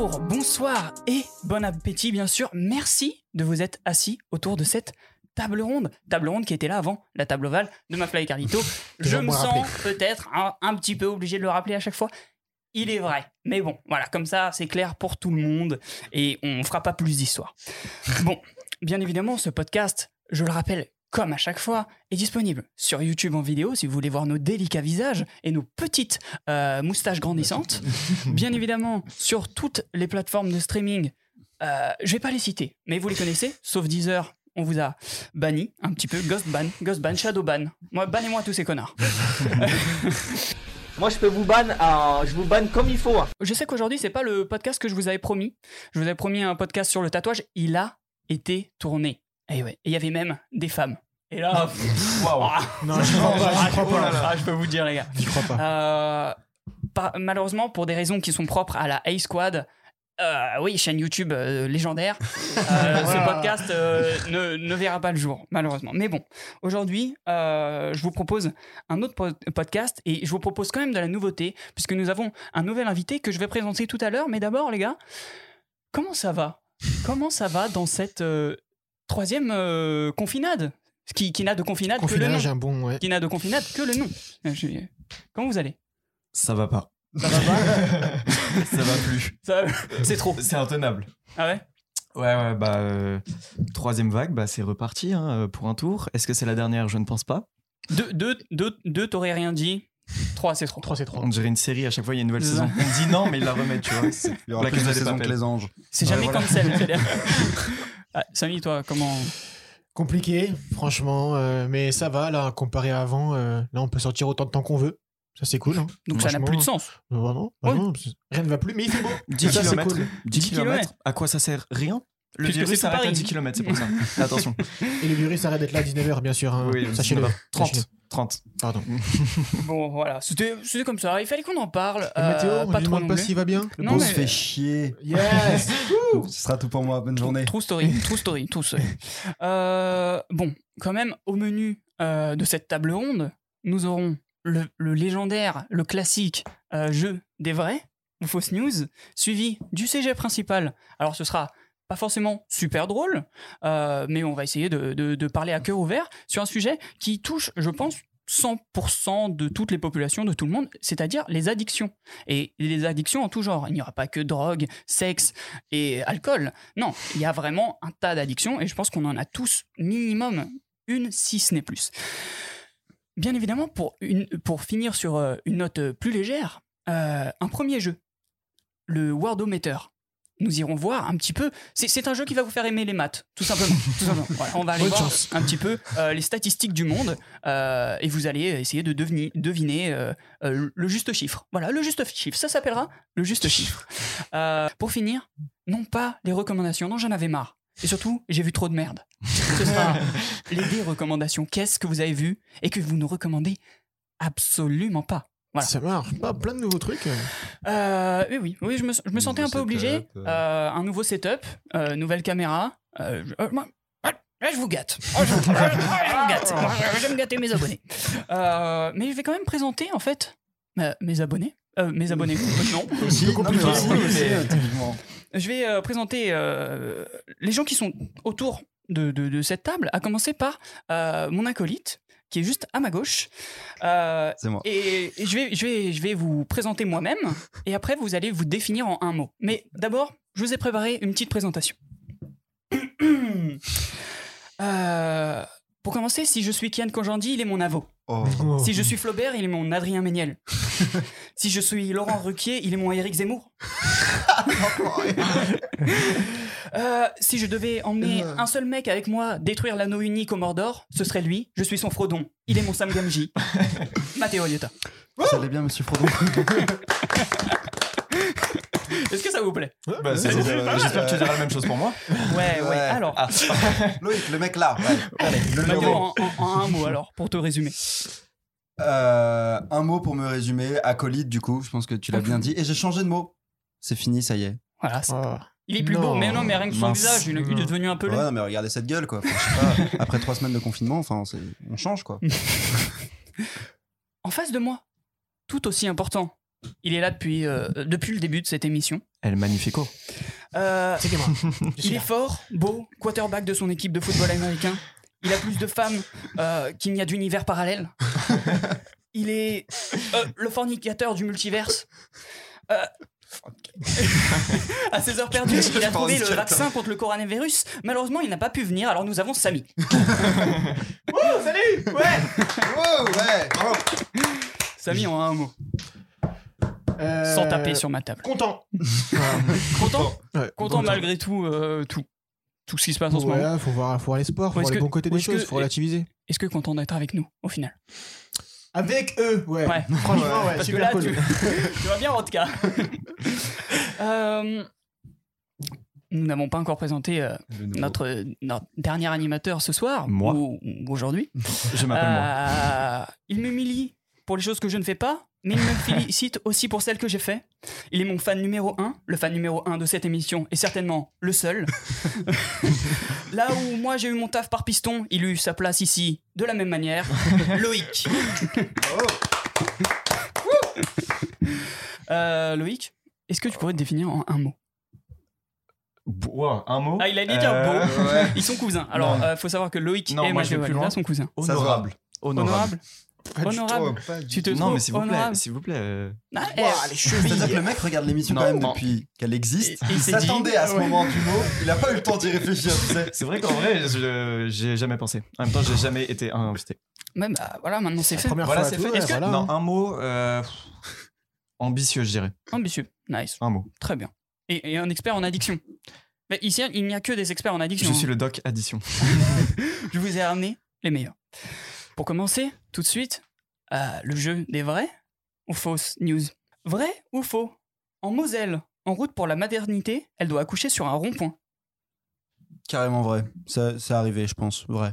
Bonjour, bonsoir et bon appétit bien sûr. Merci de vous être assis autour de cette table ronde qui était là avant la table ovale de McFly et Carlito. Je me sens peut-être un petit peu obligé de le rappeler à chaque fois. Il est vrai, mais bon, voilà, comme ça c'est clair pour tout le monde et on fera pas plus d'histoire. Bon, bien évidemment ce podcast, je le rappelle, comme à chaque fois, est disponible sur YouTube en vidéo si vous voulez voir nos délicats visages et nos petites moustaches grandissantes. Bien évidemment, sur toutes les plateformes de streaming, je vais pas les citer, mais vous les connaissez, sauf Deezer, on vous a banni un petit peu, Ghost ban, Shadow ban. Moi, bannez-moi tous ces connards. Moi, je vous banne comme il faut. Je sais qu'aujourd'hui, c'est pas le podcast que je vous avais promis. Je vous avais promis un podcast sur le tatouage. Il a été tourné. Et ouais, il y avait même des femmes. Et là, waouh. Non, je crois pas. Je peux vous dire, les gars. Je crois pas. Malheureusement, pour des raisons qui sont propres à la A-Squad, oui, chaîne YouTube légendaire, ce podcast ne verra pas le jour, malheureusement. Mais bon, aujourd'hui, je vous propose un autre podcast et je vous propose quand même de la nouveauté, puisque nous avons un nouvel invité que je vais présenter tout à l'heure. Mais d'abord, les gars, comment ça va ? Comment ça va dans cette troisième confinade qui n'a de confinade que le nom. Un bon, ouais. Qui n'a de confinade que le nom. Comment vous allez ? Ça va pas. Ça va pas ? Ça va plus. C'est trop. C'est intenable. Ah ouais ? Ouais, troisième vague, c'est reparti pour un tour. Est-ce que c'est la dernière ? Je ne pense pas. Deux, t'aurais rien dit. 3, c'est trop. 3, c'est trop. On dirait une série, à chaque fois il y a une nouvelle saison. On dit non, mais ils la remettent, tu vois. Il y aura plus de saison que les anges. C'est jamais comme ça. Samy, toi, comment... Compliqué, franchement, mais ça va, là, comparé à avant, là, on peut sortir autant de temps qu'on veut. Ça, c'est cool. Hein. Donc ça n'a plus de sens. Non, rien ne va plus, mais il fait beau. 10 ça, km. c'est cool. 10 km. À quoi ça sert ? Rien. Le Puisque virus c'est s'arrête à Paris. 10 km, c'est pour ça. Attention. Et le virus arrête d'être là à 19h, bien sûr. Hein. Oui, sachez-le. 30. Pardon. Bon, voilà, c'était comme ça. Il fallait qu'on en parle. Le météo, on pas ne trop demande pas s'il va bien. Non, On mais... se fait chier. Yes. Ce sera tout pour moi. Bonne journée. True story. Bon, quand même, au menu de cette table ronde, nous aurons le légendaire, le classique jeu des vrais ou fausses news, suivi du sujet principal. Alors, ce sera pas forcément super drôle, mais on va essayer de parler à cœur ouvert sur un sujet qui touche, je pense, 100% de toutes les populations, de tout le monde, c'est-à-dire les addictions. Et les addictions en tout genre. Il n'y aura pas que drogue, sexe et alcool. Non, il y a vraiment un tas d'addictions et je pense qu'on en a tous minimum une, si ce n'est plus. Bien évidemment, pour finir sur une note plus légère, un premier jeu, le Wordometer. Nous irons voir un petit peu. C'est un jeu qui va vous faire aimer les maths, tout simplement. Voilà, on va aller voir un petit peu les statistiques du monde et vous allez essayer de deviner le juste chiffre. Voilà, le juste chiffre. Ça s'appellera le juste chiffre. Pour finir, non pas les recommandations. Non, j'en avais marre. Et surtout, j'ai vu trop de merde. Ce sera les recommandations. Qu'est-ce que vous avez vu et que vous ne recommandez absolument pas. Voilà. Ça marche pas, plein de nouveaux trucs. Oui, je me sentais un peu obligé. Un nouveau setup, nouvelle caméra. Je vous gâte. J'aime gâter mes abonnés. Mais je vais quand même présenter, en fait, mes abonnés. Mes abonnés, non. Aussi, compliqué. Je vais présenter les gens qui sont autour de cette table, à commencer par mon acolyte, qui est juste à ma gauche. C'est moi. Et je vais vous présenter moi-même, et après vous allez vous définir en un mot. Mais d'abord, je vous ai préparé une petite présentation. Pour commencer, si je suis Kian Kojandi, il est mon Avo. Oh. Si je suis Flaubert, il est mon Adrien Méniel. Si je suis Laurent Ruquier, il est mon Éric Zemmour. Si je devais emmener un seul mec avec moi détruire l'anneau unique au Mordor, ce serait lui. Je suis son Frodon. Il est mon Sam Gamgee. Matteo Aliota. Ça allait bien, monsieur Frodon. Est-ce que ça vous plaît ? J'espère que tu diras la même chose pour moi. Ouais. Alors, Loïc, le mec là. Ouais. allez, Matteo, en un mot alors, pour te résumer. Un mot pour me résumer. Acolyte, du coup, je pense que tu l'as bien dit. Et j'ai changé de mot. C'est fini, ça y est. Voilà. Oh. Il est plus Non. beau, mais non, mais rien que son Mince. visage, il est devenu un peu laid. Ouais, non, mais regardez cette gueule, quoi. Enfin, je sais pas, après 3 semaines de confinement, on change, quoi. En face de moi, tout aussi important, Il est là depuis le début de cette émission. El Magnifico. C'est moi. Il est fort, beau, quarterback de son équipe de football américain. Il a plus de femmes qu'il n'y a d'univers parallèles. Il est le fornicateur du multiverse. À ses heures perdues, il a trouvé le vaccin contre le coronavirus. Malheureusement, il n'a pas pu venir, alors nous avons Samy. Oh, salut. Ouais. Oh, ouais. Samy en un mot. Sans taper sur ma table. Content. Content Ouais, Content malgré tout, tout ce qui se passe en ce moment. Ouais, faut voir les sports, faut Ou voir est-ce les que- bons côtés ou des est-ce choses, que- faut relativiser. Est-ce que content d'être avec nous, au final? Avec eux, ouais. Ouais. Franchement, ouais, Parce que super là, cool. tu vas bien, Rodka. Nous n'avons pas encore présenté notre dernier animateur ce soir, Moi. ou aujourd'hui. Je m'appelle moi. Il m'humilie pour les choses que je ne fais pas, mais il me félicite aussi pour celles que j'ai fait. Il est mon fan numéro 1, le fan numéro 1 de cette émission, et certainement le seul. Là où moi j'ai eu mon taf par piston, il a eu sa place ici de la même manière. Loïc. Loïc, est-ce que tu pourrais te définir en un mot? Wow, un mot. Ah, il a dit dire beau. Ouais. Ils sont cousins. Alors, faut savoir que Loïc Non, et moi, je vais Mathieu plus Valida loin. sont cousins. Honorable. Honorable. Honorable. Tu te Non, trouves mais s'il vous plaît, honorable? s'il vous plaît. Ah, Ouah, les chevilles. C'est-à-dire que le mec regarde l'émission Non, quand même non. depuis qu'elle existe. Il Il s'est s'attendait dit- à ce ouais. moment du mot. Il a pas eu le temps d'y réfléchir, tu sais. C'est vrai qu'en vrai, j'ai jamais pensé. En même temps, j'ai jamais été invité. Même, voilà, maintenant c'est fait. Première Voilà, fois à c'est tout, fait. ouais, Est-ce que- voilà. Non, un mot ambitieux, je dirais. Ambitieux. Nice. Un mot. Très bien. Et un expert en addiction. Mais ici, il n'y a que des experts en addiction. Je suis le doc addition. Je vous ai ramené les meilleurs. Pour commencer, tout de suite, le jeu des vrais ou fausses news. Vrai ou faux? En Moselle, en route pour la maternité, elle doit accoucher sur un rond-point. Carrément vrai. C'est arrivé, je pense. Vrai.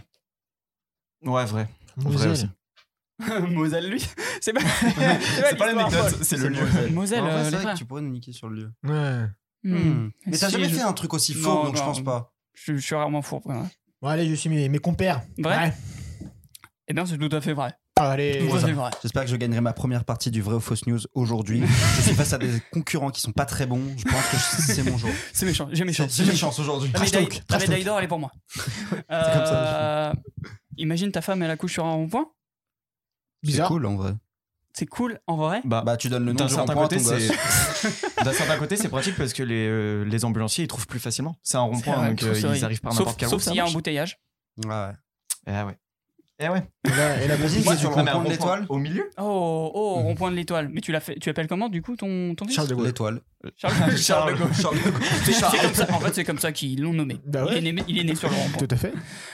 Ouais, vrai. Vrai Moselle. aussi. Moselle, lui, c'est pas, C'est pas l'anecdote, c'est le lieu. Moselle, En vrai, les c'est vrai frères. que tu pourrais nous niquer sur le lieu. Ouais. Mais t'as Si, jamais je- fait un truc aussi Non, faux, donc je non. pense pas. Je suis rarement fou. Ouais. Bon, allez, je suis mes compères. Vrai Ouais. Eh bien, c'est tout à fait vrai. Allez. Tout à fait vrai. J'espère que je gagnerai ma première partie du vrai ou fausse news aujourd'hui. Je suis face à des concurrents qui sont pas très bons. Je pense que c'est mon jour. C'est méchant, j'ai méchant. J'ai une chance aujourd'hui. La Trash médaille, talk, la trash médaille talk. d'or, elle est pour moi. comme ça, Imagine ta femme, elle accouche sur un rond-point. C'est Bizarre. cool en vrai. C'est cool, en vrai. Bah, tu donnes le nom d'un du certain rond-point à côté, ton gosse. D'un certain côté, c'est pratique parce que les ambulanciers ils trouvent plus facilement. C'est un C'est rond-point, vrai, donc c'est vrai. ils arrivent par Sauf, n'importe quelle sauf route. ça s'il y a un marche. embouteillage. Ouais. Eh ouais. Eh ouais. Et la Imagine musique, c'est sur le Non, mais un rond-point de rond-point l'étoile. au milieu. Oh, rond-point de l'étoile. Mais tu appelles comment, du coup, ton fils Charles de Gaulle. L'étoile. Charles Charles de Gaulle. Charles de Gaulle. C'est comme ça, en fait, c'est comme ça qu'ils l'ont nommé. Bah ouais. Il est né sur le rond-point. Tout à fait.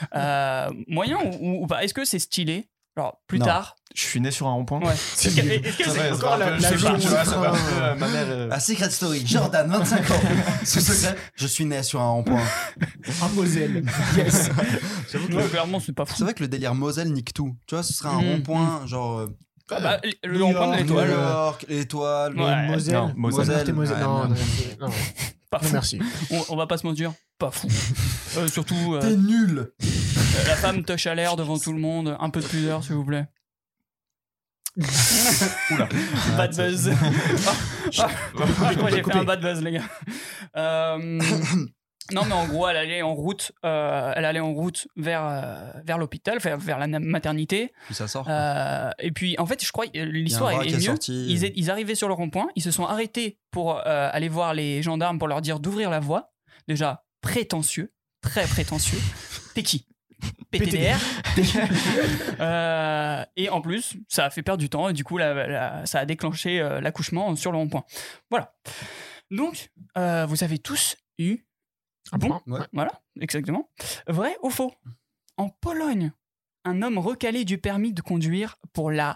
Moyen ou pas? Est-ce que c'est stylé? Alors, plus Non. tard. Je suis né sur un rond-point. Ouais. Est-ce que Ça c'est va, encore ça va un la peu- je sais pas, vie tu vois, du ça va un train. peu, ma mère. Ah, Secret Story. Jordan, 25 ans. Sous secret. Je suis né sur un rond-point. En Moselle. Yes. Ouais, clairement, c'est pas fou. C'est vrai que le délire Moselle nique tout. Tu vois, ce serait un rond-point, genre. Ah bah, le New rond-point de York, New l'étoile. York, l'étoile. Ouais. Moselle. non, Moselle. C'était Moselle. Ouais, Non, non. non, non. Pas Non, fou. merci. On va pas se mentir, pas fou. Surtout, T'es nul. la femme touche à l'air devant tout le monde. Un peu de pudeur, s'il vous plaît. Oula. Bad buzz. Je crois que j'ai fait un bad buzz, les gars. Non, mais en gros, elle allait en route, vers l'hôpital, vers la maternité. Puis ça sort. Et puis, en fait, je crois l'histoire Il y a un bras est qui est mieux. sorti. Ils arrivaient sur le rond-point, ils se sont arrêtés pour aller voir les gendarmes pour leur dire d'ouvrir la voie. Déjà, prétentieux, très prétentieux. T'es qui? PTDR. Et en plus, ça a fait perdre du temps et du coup, ça a déclenché l'accouchement sur le rond-point. Voilà. Donc, vous avez tous eu Un bon. point. Ouais. Voilà, exactement. Vrai ou faux? En Pologne, un homme recalé du permis de conduire pour la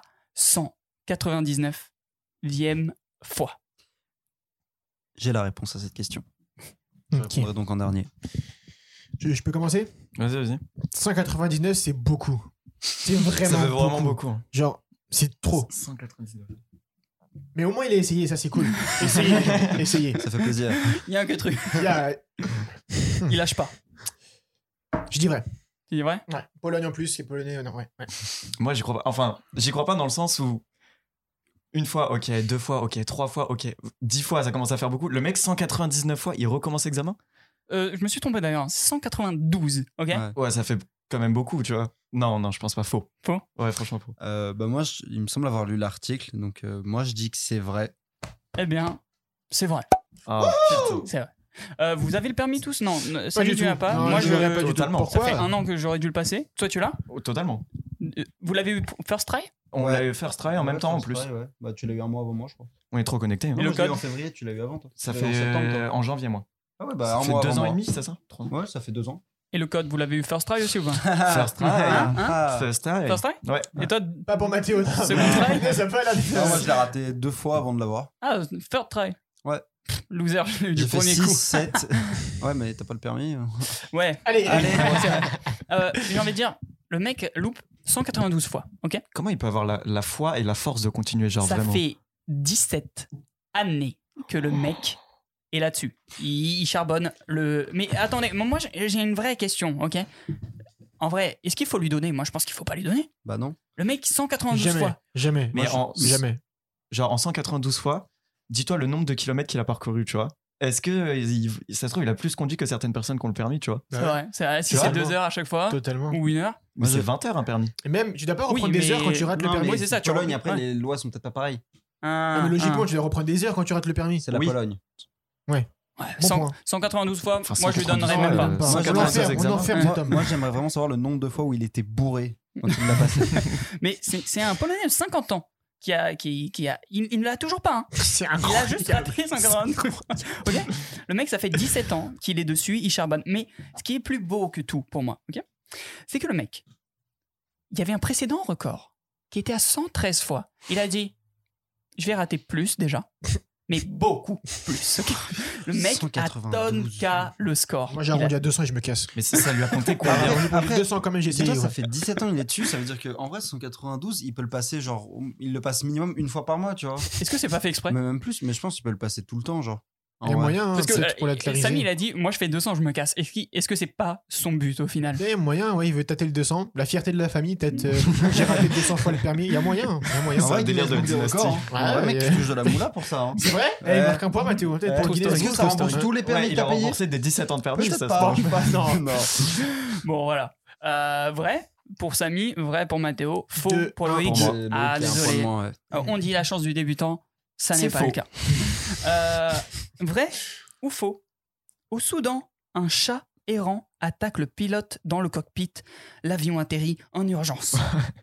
199e fois. J'ai la réponse à cette question. Ok. Je répondrai donc en dernier. Je peux commencer? Vas-y. 199, c'est beaucoup. C'est vraiment Ça fait vraiment beaucoup. hein. Genre, c'est trop. 199. Mais au moins, il a essayé, ça c'est cool. Essayez. Ça fait plaisir. Il y a un que truc. Il y a... Il lâche pas. Je dis vrai. Tu dis vrai? Ouais. Pologne en plus, les Polonais, non, ouais. Moi, j'y crois pas. Enfin, j'y crois pas dans le sens où Une fois, ok. 2 fois, ok. 3 fois, ok. 10 fois, ça commence à faire beaucoup. Le mec, 199 fois, il recommence l'examen? Je me suis trompé d'ailleurs, 192, ok? Ouais, ça fait quand même beaucoup, tu vois. Non, je pense pas. Faux. Faux? Ouais, franchement, faux. Moi, il me semble avoir lu l'article, donc moi je dis que c'est vrai. Eh bien, c'est vrai. Ah, putain. C'est vrai. Vous avez le permis tous? Non, Pas Samy, du tu tout. l'as pas. Non, Moi, je je l'aurais pas du tout. totalement. Ça Pourquoi fait 1 an que j'aurais dû le passer. Toi, tu l'as? Oh, totalement. Vous l'avez eu first try? On l'a eu first try en même temps en plus. Ouais. Bah, tu l'as eu un mois avant moi, je crois. On est trop connectés. Hein. Et le code? en février, tu l'as eu avant, toi. Ça Tu l'as eu fait en septembre, toi. en janvier, moi. Ah ouais, bah Ça un fait mois 2 avant ans et moi. demi, c'est ça? 3 ans. Ouais, ça fait 2 ans. Et le code, vous l'avez eu first try aussi ou pas? First try. Hein First try. First try? Ouais. Et toi? Pas pour Mathéo. non. Second try? Ça fait la Non, moi je l'ai raté 2 fois avant de l'avoir. Ah, third try. Ouais. Loser, j'ai eu du J'ai fait premier 6, coup. 7. Ouais, mais t'as pas le permis. Ouais. Allez, Allez, c'est vrai. J'ai envie de dire, le mec loupe 192 fois, ok? Comment il peut avoir la foi et la force de continuer, genre Ça vraiment? fait 17 années que le mec est là-dessus. Il charbonne le... Mais attendez, moi j'ai une vraie question, ok? En vrai, est-ce qu'il faut lui donner? Moi je pense qu'il faut pas lui donner. Bah non. Le mec 192 jamais, fois. jamais. Mais Jamais. genre en 192 fois, dis-toi le nombre de kilomètres qu'il a parcouru, tu vois. Est-ce que ça se trouve, il a plus conduit que certaines personnes qui ont le permis, tu vois? C'est vrai. Si Tu c'est vois, 2 heures à chaque fois, Totalement. ou 1 heure. Mais c'est 20 heures un permis. Et même, tu dois pas Oui, reprendre des mais- heures quand tu rates le Non, permis. mais Oui, c'est ça, tu Pologne, vois. après, Ouais. les lois sont peut-être pas pareilles. Non, mais logiquement, tu dois reprendre des heures quand tu rates le permis. C'est la Oui. Pologne. Ouais, Bon point. 192 fois, Enfin, moi je lui 192 donnerais fois, même pas. Même pas. Moi, On 196 enferme, on examens. enferme Moi, cet homme. moi, j'aimerais vraiment savoir le nombre de fois où il était bourré quand il l'a passé. Mais c'est un Polonais de 50 ans il ne l'a toujours pas, hein. C'est Il a incroyable. juste raté 192 fois. Ok. Le mec, ça fait 17 ans qu'il est dessus, il charbonne. Mais ce qui est plus beau que tout pour moi, ok, c'est que le mec, il y avait un précédent record qui était à 113 fois. Il a dit, je vais rater plus déjà, mais beaucoup plus. Ok. Le mec a 192. tonka le score. Moi, j'ai Il a- arrondi à 200 et je me casse. Mais ça lui a compté quoi? Après, 200 quand même, j'ai essayé. Dis-toi, ça ouais. fait 17 ans il est dessus, ça veut dire qu'en vrai, 192, il peut le passer, genre, il le passe minimum une fois par mois, tu vois. Est-ce que c'est pas fait exprès? Mais même plus, mais je pense qu'il peut le passer tout le temps, genre. Il y a moyen, hein, Parce que c'est pour la clariser. Samy, il a dit, moi je fais 200, je me casse. Est-ce que c'est pas son but au final? Il y a moyen, ouais, il veut tâter le 200. La fierté de la famille, peut-être. J'ai raté 200 fois le permis. Il y a moyen. Il y a moyen. C'est un délire de dynastie. Ouais, mec, ouais. tu touches de la moula pour ça. Hein. C'est vrai Ouais. Il marque un point, Mathéo. Peut-être pour le Guinness Est-ce que Book, ça rembourse hein. tous les permis Ouais, que il a t'as payés? remboursé des 17 ans de permis, ça Peut-être se pas. trouve. Non. Bon, voilà. Vrai pour Samy, vrai pour Mathéo, faux Deux, pour un Loïc. pour moi. Ah, désolé. Ouais. On dit la chance du débutant, ça n'est C'est pas faux. le cas. Vrai ou faux? Au Soudan, un chat errant attaque le pilote dans le cockpit. L'avion atterrit en urgence.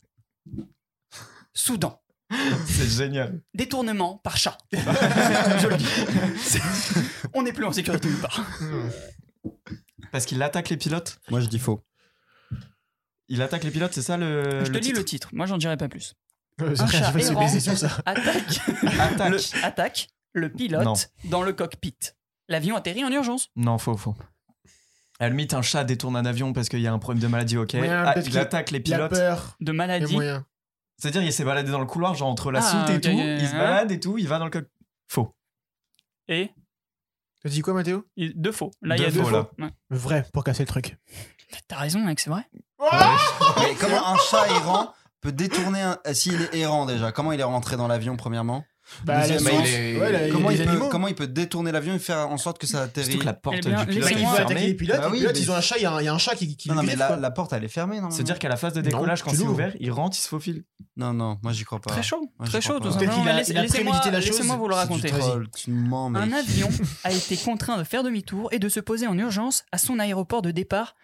Soudan. C'est génial. Détournement par chat. Je le dis. On n'est plus en sécurité nulle part. Parce qu'il attaque les pilotes. Moi, je dis faux. Il attaque les pilotes, c'est ça le. Je te lis titre le titre. Moi, j'en dirai pas plus. C'est Un vrai, chat je vais se errant baiser sur ça. attaque le pilote Non. dans le cockpit. L'avion atterrit en urgence. Non, faux. À la limite, un chat détourne un avion parce qu'il y a un problème de maladie, ok. Ouais, Ah, peut-être il qu'il- attaque les Il a pilotes. De peur. Il y a maladie. moyen. C'est-à-dire, il s'est baladé dans le couloir, genre entre la Ah, soute et ok, tout. ok, Il se hein. balade et tout, il va dans le coq. Faux. Et T'as dit quoi, Mathéo? deux faux. Là, il y a Deux deux faux, faux. là. Ouais. Vrai, pour casser le truc. T'as raison, mec, c'est vrai. Mais comment un chat errant peut détourner s'il est errant déjà, comment il est rentré dans l'avion premièrement? Bah, Deuxième, la il source. est- Ouais, là, il y a Comment des il, peut, animaux. comment il peut détourner l'avion et faire en sorte que ça atterrit? Surtout que la porte Eh bien, du pilote Il est laissez-moi veut attaquer les fermée. pilotes. Bah Les oui, pilotes, mais- ils ont un chat, il y a un chat qui Non, les mais griffe, quoi. la porte elle est fermée, non? C'est-à-dire qu'à la phase de décollage, quand tu c'est l'ouvres. ouvert, il rentre, il se faufile. Non, moi j'y crois pas. Très chaud. Moi, j'y Très crois chaud, pas. tout Peut-être simplement. qu'il a- Mais il a prémédité la chose. Laissez-moi vous le C'est du raconter. troll, tu me mens, mec. Un avion a été contraint de faire demi-tour et de se poser en urgence à son aéroport de départ.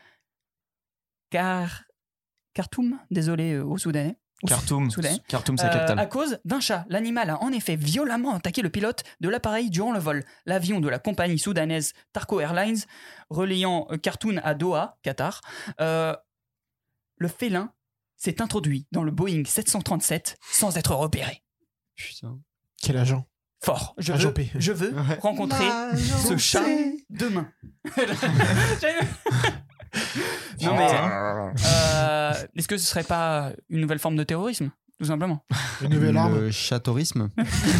Khartoum, désolé au Soudanais. Khartoum, Soudanais. Khartoum, c'est la capitale. À cause d'un chat. L'animal a en effet violemment attaqué le pilote de l'appareil durant le vol. L'avion de la compagnie soudanaise Tarko Airlines, reliant Khartoum à Doha, Qatar, le félin s'est introduit dans le Boeing 737 sans être repéré. Putain. Quel agent? Fort. Agent P. Je veux rencontrer ce chat demain. Non mais est-ce que ce serait pas une nouvelle forme de terrorisme, tout simplement? Une nouvelle arme. Le chatourisme.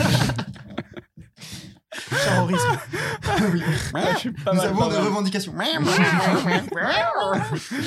Terrorisme. Nous avons des revendications.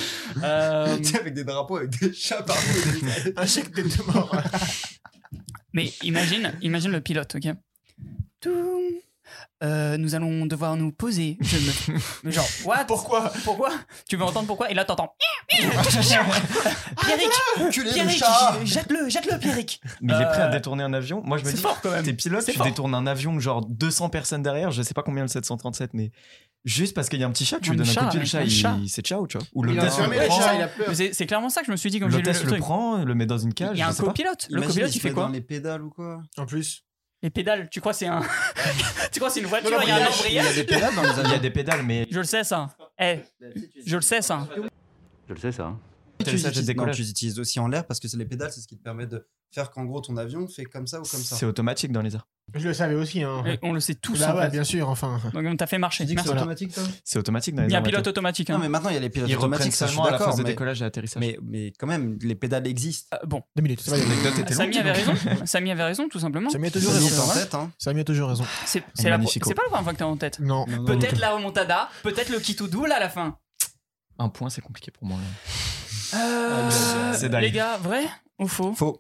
Euh, Avec des drapeaux, avec des chats partout. Un chèque de mort. Mais imagine le pilote, ok. Toum. Nous allons devoir nous poser. Genre, what? Pourquoi? Tu veux entendre pourquoi? Et là, t'entends. Pierrick, jette-le, Pierrick. Mais il est prêt à détourner un avion. Moi, je me C'est dis, fort, quand même. t'es pilote, C'est tu fort. détournes un avion, genre 200 personnes derrière. Je sais pas combien le 737, mais juste parce qu'il y a un petit chat, tu Un lui donnes un chat, coup de pied, le mec, chat, un chat. c'est ciao, tu vois. Ou le Il a test fermé le le prend, chat, il a peur. Mais c'est clairement ça que je me suis dit quand j'ai lu le le truc. prend, le met dans une cage. Il y a un je sais pas. copilote. Le Imagine, copilote, se il fait met quoi? dans les pédales ou quoi? En plus. Les pédales, tu crois c'est un. Tu crois c'est une voiture, Non, il y a un il Il y embrayage. a des pédales dans les Il y a avions. des pédales, mais Je le sais, ça. Je le sais, ça. Je le sais, ça. Tu sais, j'ai décollage. Tu les utilises aussi en l'air parce que c'est les pédales, c'est ce qui te permet de faire qu'en gros ton avion fait comme ça ou comme ça. c'est automatique dans les airs. Je le savais aussi. Hein. Et on le sait tous. Bah en ouais, fait. bien sûr, enfin. Donc on t'a fait marcher. Tu dis que c'est Merci. automatique toi? C'est automatique dans les Il y a airs. un pilote Mathieu. automatique. hein. Non mais maintenant il y a les pilotes Ils reprennent automatiques, ça, je suis seulement à la phase d'accord, de mais, décollage et atterrissage. mais quand même les pédales existent. Bon, 2 minutes, ça va y aller. L'anecdote était Samy longue. avait raison. Samy avait raison, tout simplement. Samy a toujours Ça raison. monte en tête, hein. Samy a toujours raison. C'est Magnifico. c'est pas la première fois que t'es en tête. Non. Non, non, Peut-être non. la remontada, peut-être le kit double à la fin. Un point, c'est compliqué pour moi. C'est dingue. les gars, vrai ou faux? Faux.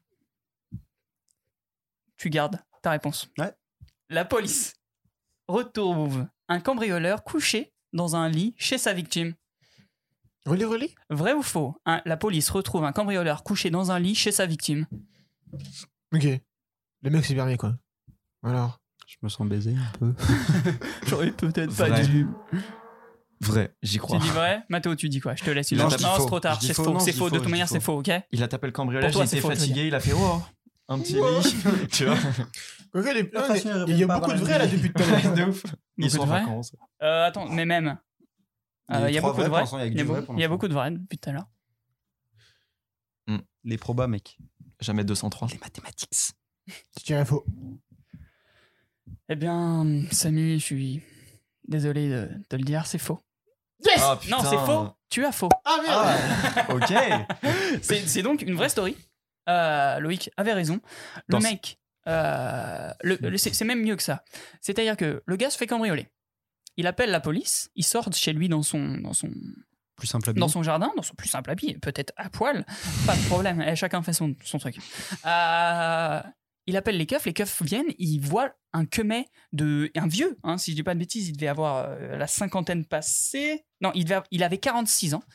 Tu gardes ta réponse. Ouais. La police retrouve un cambrioleur couché dans un lit chez sa victime. Relis. Vrai ou faux? La police retrouve un cambrioleur couché dans un lit chez sa victime. Ok. Le mec s'est permis, quoi. Alors. Je me sens baisé un peu. J'aurais peut-être Vrai. pas dû. Vrai, j'y Tu crois. dis vrai? Mathéo, tu dis quoi? Je te laisse. Non, Non, je dis c'est faux. trop tard. Je dis C'est faux, faux. non, C'est je dis faux. De faux, toute je manière, dis c'est faux. faux, ok? Il a tapé le cambriolage, Pour toi, il était c'est faux, fatigué, il a fait oh, un petit lit, tu vois. Ok, toute façon, il y a pas beaucoup de dans vrais la là vie. depuis tout à l'heure. De ouf. Ils Beaucoup sont en de vrais vacances. Attends, mais même. Il y a trois beaucoup de vrais vrais. pour l'instant, il y a que Il y a du vrai beaucoup- pour il y a l'instant. beaucoup de vrais depuis tout à l'heure. Les probas mec. Jamais 203. Les mathématiques. Tu dirais faux. Eh bien, Samy, je suis désolé de te le dire, c'est faux. Yes. Ah, putain. Non, c'est faux. Tu as faux. Ah merde. Ah, ok. C'est donc une vraie story. Loïc avait raison. Le Dans- mec, c'est même mieux que ça. C'est-à-dire que le gars se fait cambrioler. Il appelle la police. Il sort de chez lui dans son Plus simple à dans son jardin, dans son plus simple habit, peut-être à poil, pas de problème, chacun fait son truc. Il appelle les keufs viennent, ils voient un un vieux, hein, si je dis pas de bêtises, il devait avoir la cinquantaine passée, non, il avait 46 ans.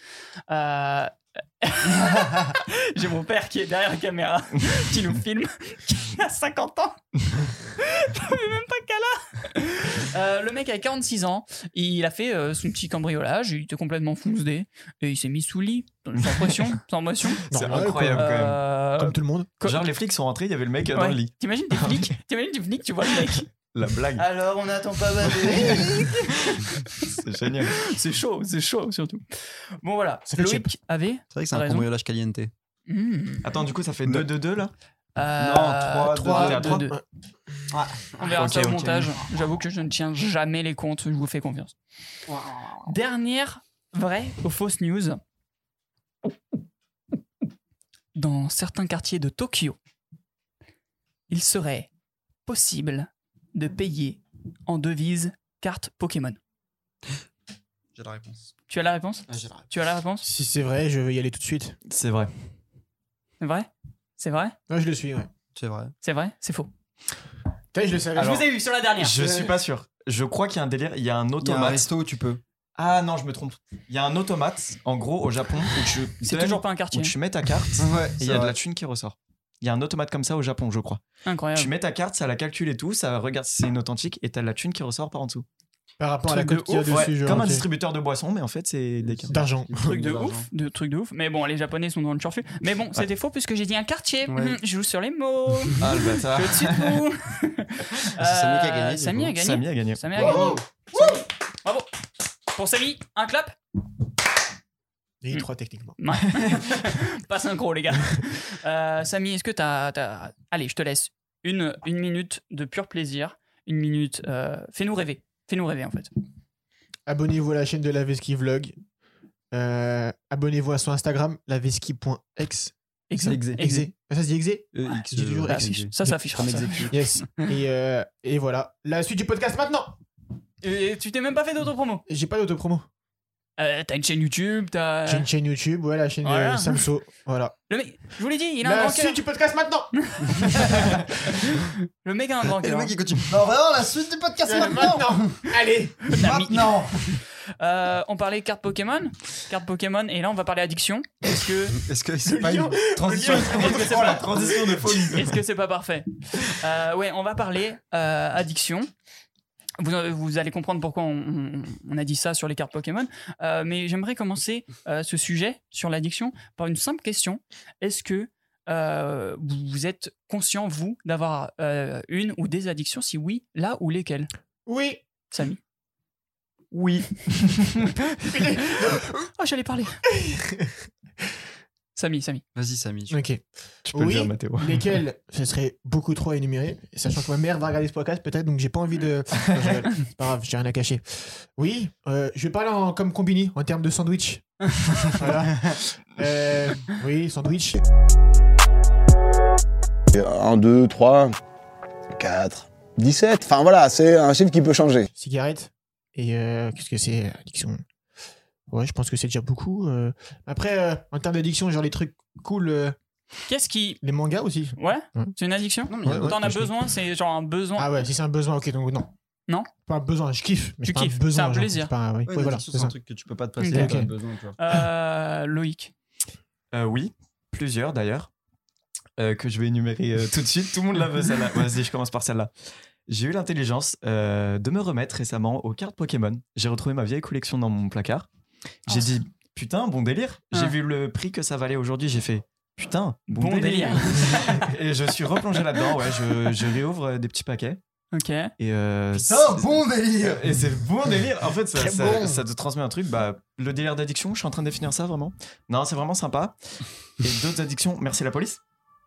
J'ai mon père qui est derrière la caméra, qui nous filme, qui a 50 ans. J'avais même pas qu'à là. Le mec avait 46 ans, il a fait son petit cambriolage, il était complètement foncé et il s'est mis sous le lit, sans pression. C'est Normal, incroyable quand même. Comme tout le monde. Genre les flics sont rentrés, il y avait le mec dans Ouais. le lit. T'imagines des flics, tu vois le mec. La blague, Alors on n'attend pas c'est génial. C'est chaud surtout. Bon voilà, Ça fait Loïc avait. C'est vrai que c'est un Raison. cambriolage caliente. Attends, du coup, ça fait 2-2-2 là. Non, 3, à 3. 2. On verra Ok, ça au ok. montage. J'avoue que je ne tiens jamais les comptes, je vous fais confiance. Dernière vraie ou fausse news. Dans certains quartiers de Tokyo, il serait possible de payer en devise carte Pokémon. J'ai la réponse. Tu as la réponse? Tu as la réponse? Si c'est vrai, je vais y aller tout de suite. C'est vrai. C'est vrai? C'est vrai? Non, je le suis, ouais. C'est vrai. C'est vrai? C'est faux. Putain, je le savais. Je vous ai eu sur la dernière. Je suis pas sûr. Je crois qu'il y a un délire. Il y a un Il y a un automate. resto où tu peux. Ah non, je me trompe. Il y a un automate, en gros, au Japon, où tu C'est donnes- toujours pas un quartier. où tu mets ta carte Ouais. et il y a de la thune qui ressort. Il y a un automate comme ça au Japon, je crois. Incroyable. Tu mets ta carte, ça la calcule et tout, ça regarde si c'est une authentique et t'as de la thune qui ressort par en dessous. Par rapport à la Truc cote de qu'il y a ouf, dessus, Ouais, genre. comme un ok. distributeur de boissons, mais en fait, c'est des cartes. D'argent. Truc de l'argent. ouf, truc de ouf. Mais bon, les Japonais sont dans le turfu. Mais bon, c'était faux puisque j'ai dit un quartier. Ouais. Je joue sur les mots. Ah, le bâtard. Je suis au-dessus de vous. C'est Samy qui a gagné, du Samy coup. a gagné. Samy a gagné. Samy a gagné. Samy. Bravo. Pour Samy, un clap. Et 3 techniquement. Ouais. Pas synchro, les gars. Samy, est-ce que t'as... Allez, je te laisse une minute de pur plaisir. Une minute... Fais-nous rêver. Fais-nous rêver, en fait. Abonnez-vous à la chaîne de la Veski Vlog. Abonnez-vous à son Instagram, laveski.ex. Exe. Ça se dit exe? X, j'ai toujours Ah, X. ça s'affichera. Comme ça. exécute. Yes. Et voilà. La suite du podcast maintenant. Et tu t'es même pas fait d'autopromo. J'ai pas d'autopromo. T'as une chaîne YouTube, t'as. J'ai une chaîne YouTube, ouais, la chaîne Voilà. de Samso. Voilà. Le mec, je vous l'ai dit, il a un La grand cœur. suite du podcast maintenant. Le mec a un grand Et le cœur. mec il continue. Non, vraiment, la suite du podcast Maintenant. Allez. Maintenant. On parlait cartes Pokémon, et là on va parler addiction. Est-ce que c'est pas lion- une transition c'est Oh, pas- la transition de folie. Est-ce que c'est pas parfait? Ouais, on va parler addiction. Vous allez comprendre pourquoi on a dit ça sur les cartes Pokémon. Mais j'aimerais commencer ce sujet sur l'addiction par une simple question. Est-ce que vous êtes conscient, vous, d'avoir une ou des addictions? Si oui, là ou lesquelles? Oui. Samy? Oui. Oh, j'allais parler. Samy. Vas-y, Samy. Ok. Tu peux le Oui. dire, Mathéo. Lesquels ce serait beaucoup trop à énumérer, sachant que ma mère va regarder ce podcast peut-être, donc j'ai pas envie de. Non, je rigole. C'est pas grave, j'ai rien à cacher. Oui, je vais parler comme combiné en termes de sandwich. Voilà. Oui, sandwich. 1, 2, 3, 4, 17. Enfin voilà, c'est un chiffre qui peut changer. Cigarette. Et qu'est-ce que c'est, addiction? Ouais, je pense que c'est déjà beaucoup. Après, en termes d'addiction, genre les trucs cool, Qu'est-ce qui. les mangas aussi. Ouais? Ouais. C'est une addiction? Non, mais il y a Ouais, d'autres- T'en as je- besoin? C'est genre un besoin? Ah ouais, si c'est un besoin, ok, donc non. Non? Pas un besoin, je kiffe. Mais Tu c'est pas kiffes, un besoin, c'est un genre, plaisir. c'est pas, oui, Ouais, oui, voilà, l'addiction, c'est c'est ça. un truc que tu peux pas te passer, Ok. t'as Ok. besoin, tu vois. Loïc. Oui, plusieurs d'ailleurs, que je vais énumérer tout de suite. Tout le monde la veut celle-là. Vas-y, je commence par celle-là. J'ai eu l'intelligence de me remettre récemment aux cartes Pokémon. J'ai retrouvé ma vieille collection dans mon placard. J'ai dit, putain, bon délire. J'ai Ouais. vu le prix que ça valait aujourd'hui. J'ai fait, putain, Bon bon, délire. délire. Et je suis replongé là-dedans. Ouais, je réouvre des petits paquets. Ok. Et Putain, bon délire. Et c'est bon délire. En fait, Très bon. ça te transmet un truc. Bah, le délire d'addiction, je suis en train de définir ça vraiment. Non, c'est vraiment sympa. Et d'autres addictions, merci la police.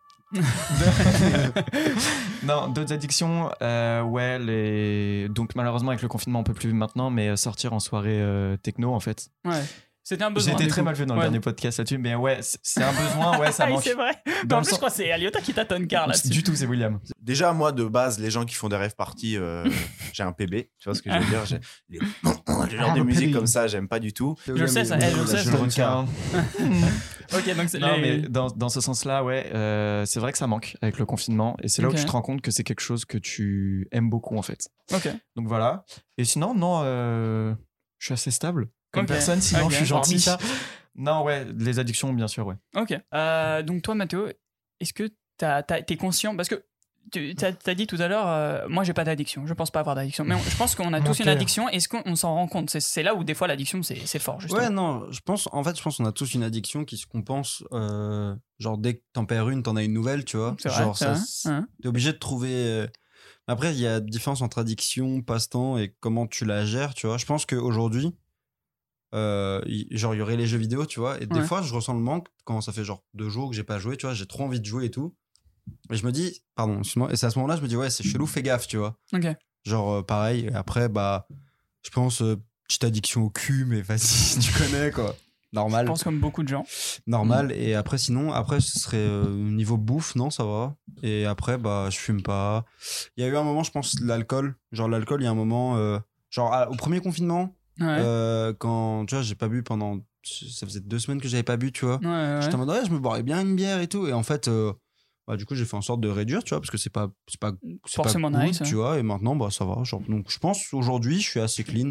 Non, d'autres addictions, ouais, donc malheureusement avec le confinement on peut plus maintenant, mais sortir en soirée techno en fait. Ouais. C'était un J'ai besoin. été du très coup. mal vu dans le Ouais. dernier podcast là-dessus, mais ouais, c'est un besoin, ouais, ça Ah oui, manque. c'est vrai. Dans En le plus, je sens- crois que c'est Aliota qui tâtonne car là-dessus. Du tout, c'est William. Déjà, moi, de base, les gens qui font des rave parties, j'ai un PB. Tu vois ce que je veux dire? Les genres de un musique PB. comme ça, j'aime pas du tout. Je sais, ça, je sais, Je ça. le retiens. Ok, donc c'est Non, les- mais dans ce sens-là, ouais, c'est vrai que ça manque avec le confinement, et c'est là Ok. où tu te rends compte que c'est quelque chose que tu aimes beaucoup en fait. Ok. Donc voilà. Et sinon, non, je suis assez stable comme Ok. personne, sinon Ok. je suis Hormis gentil. ça. Non, ouais, les addictions, bien sûr, ouais. Ok. Donc toi, Mathéo, est-ce que t'es conscient? Parce que tu as dit tout à l'heure, moi j'ai pas d'addiction, je pense pas avoir d'addiction. Mais je pense qu'on a tous une Menteur. addiction. Est-ce qu'on s'en rend compte? C'est là où des fois l'addiction c'est fort, justement. Ouais, non, je pense qu'on a tous une addiction qui se compense. Genre, dès que t'en perds une, t'en as une nouvelle, tu vois. C'est vrai. Genre, c'est ça, vrai. Hein. t'es obligé de trouver. Après, il y a différence entre addiction, passe-temps et comment tu la gères, tu vois. Je pense qu'aujourd'hui, genre, il y aurait les jeux vidéo, tu vois. Et des Ouais. fois, je ressens le manque quand ça fait genre 2 jours que j'ai pas joué, tu vois. J'ai trop envie de jouer et tout. Et je me dis, pardon, excuse-moi. Et c'est à ce moment-là, je me dis, ouais, c'est chelou, fais gaffe, tu vois. Ok. Genre, pareil. Et après, bah, je pense, petite addiction au cul, mais vas-y, tu connais, quoi. Je Normal. pense comme beaucoup de gens. Normal. Et après, sinon, après, ce serait niveau bouffe, non, ça va. Et après, bah, je fume pas. Il y a eu un moment, je pense, l'alcool. Genre, l'alcool, il y a un moment, genre, au premier confinement, Ouais. quand, tu vois, j'ai pas bu pendant. Ça faisait 2 semaines que j'avais pas bu, tu vois. Ouais. J'étais en mode, ouais, je me boirais bien une bière et tout. Et en fait, bah, du coup, j'ai fait en sorte de réduire, tu vois, parce que c'est pas Forcément cool, nice, ouais. tu vois. Et maintenant, bah, ça va. Genre, donc, je pense, aujourd'hui, je suis assez clean.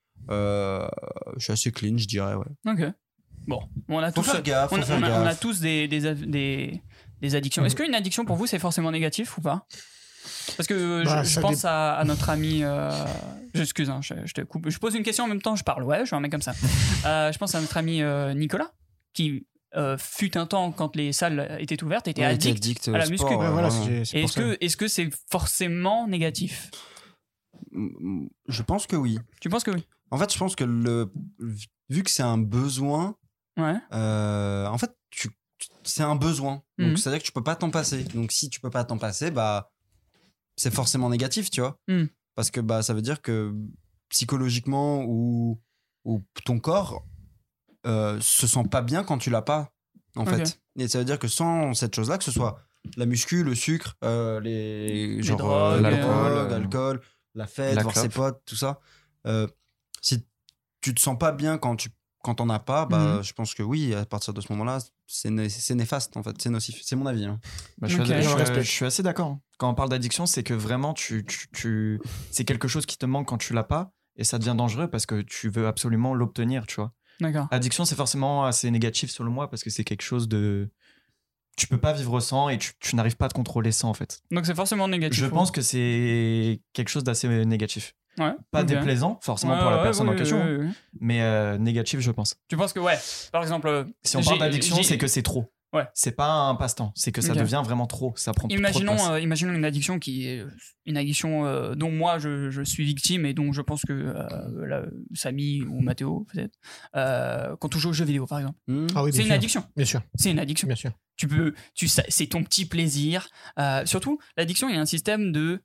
Je dirais, ouais. Ok. Bon, on a Faut tous. faire gaffe, On, faut faire on a gaffe. tous des addictions. Est-ce qu'une addiction pour vous c'est forcément négatif ou pas? Parce que Bah, je ça pense à notre ami. J'excuse, hein, je te coupe. Je pose une question en même temps, je parle. Ouais, je suis un mec comme ça. Je pense à notre ami Nicolas, qui fut un temps, quand les salles étaient ouvertes, était Ouais, t'es addict au à la sport, muscu. ouais, Ouais, voilà, vraiment. c'est Et pour ça. est-ce que c'est forcément négatif? Je pense que oui. Tu penses que oui? En fait, je pense que vu que c'est un besoin, Ouais. en fait, c'est un besoin. Donc, Mhm. c'est-à-dire que tu peux pas t'en passer. Donc, si tu peux pas t'en passer, bah, c'est forcément négatif, tu vois. Mhm. Parce que bah, ça veut dire que psychologiquement ou ton corps se sent pas bien quand tu l'as pas, en Ok. fait. Et ça veut dire que sans cette chose-là, que ce soit la muscu, le sucre, genre, drogues, l'alcool, la fête, la voir ses clope. potes, tout ça. Si tu te sens pas bien quand tu quand t'en as pas, bah, je pense que oui, à partir de ce moment-là, c'est néfaste en fait, c'est nocif. C'est mon avis. Hein. Bah, je, suis Ok. je suis assez d'accord. Quand on parle d'addiction, c'est que vraiment, c'est quelque chose qui te manque quand tu l'as pas, et ça devient dangereux parce que tu veux absolument l'obtenir, tu vois. D'accord. Addiction, c'est forcément assez négatif selon moi parce que c'est quelque chose de... Tu peux pas vivre sans et tu n'arrives pas à te contrôler sans, en fait. Donc c'est forcément négatif. Je pense que c'est quelque chose d'assez négatif. Ouais. Pas ok. déplaisant, forcément, Ouais, pour la ouais, personne oui, en question, oui, oui, oui. mais négatif, je pense. Tu penses que, ouais, par exemple. Si on parle d'addiction, j'ai- c'est que c'est trop. Ouais. C'est pas un passe-temps, c'est que ça Ok. devient vraiment trop. Ça prend trop de place. Imaginons une addiction qui est une addiction dont moi je suis victime et dont je pense que Samy ou Mathéo peut-être quand on joue aux jeux vidéo par exemple. Ah oui, C'est bien une sûr. addiction. Bien sûr, C'est une addiction. bien sûr. C'est ton petit plaisir. Surtout, l'addiction, il y a un système de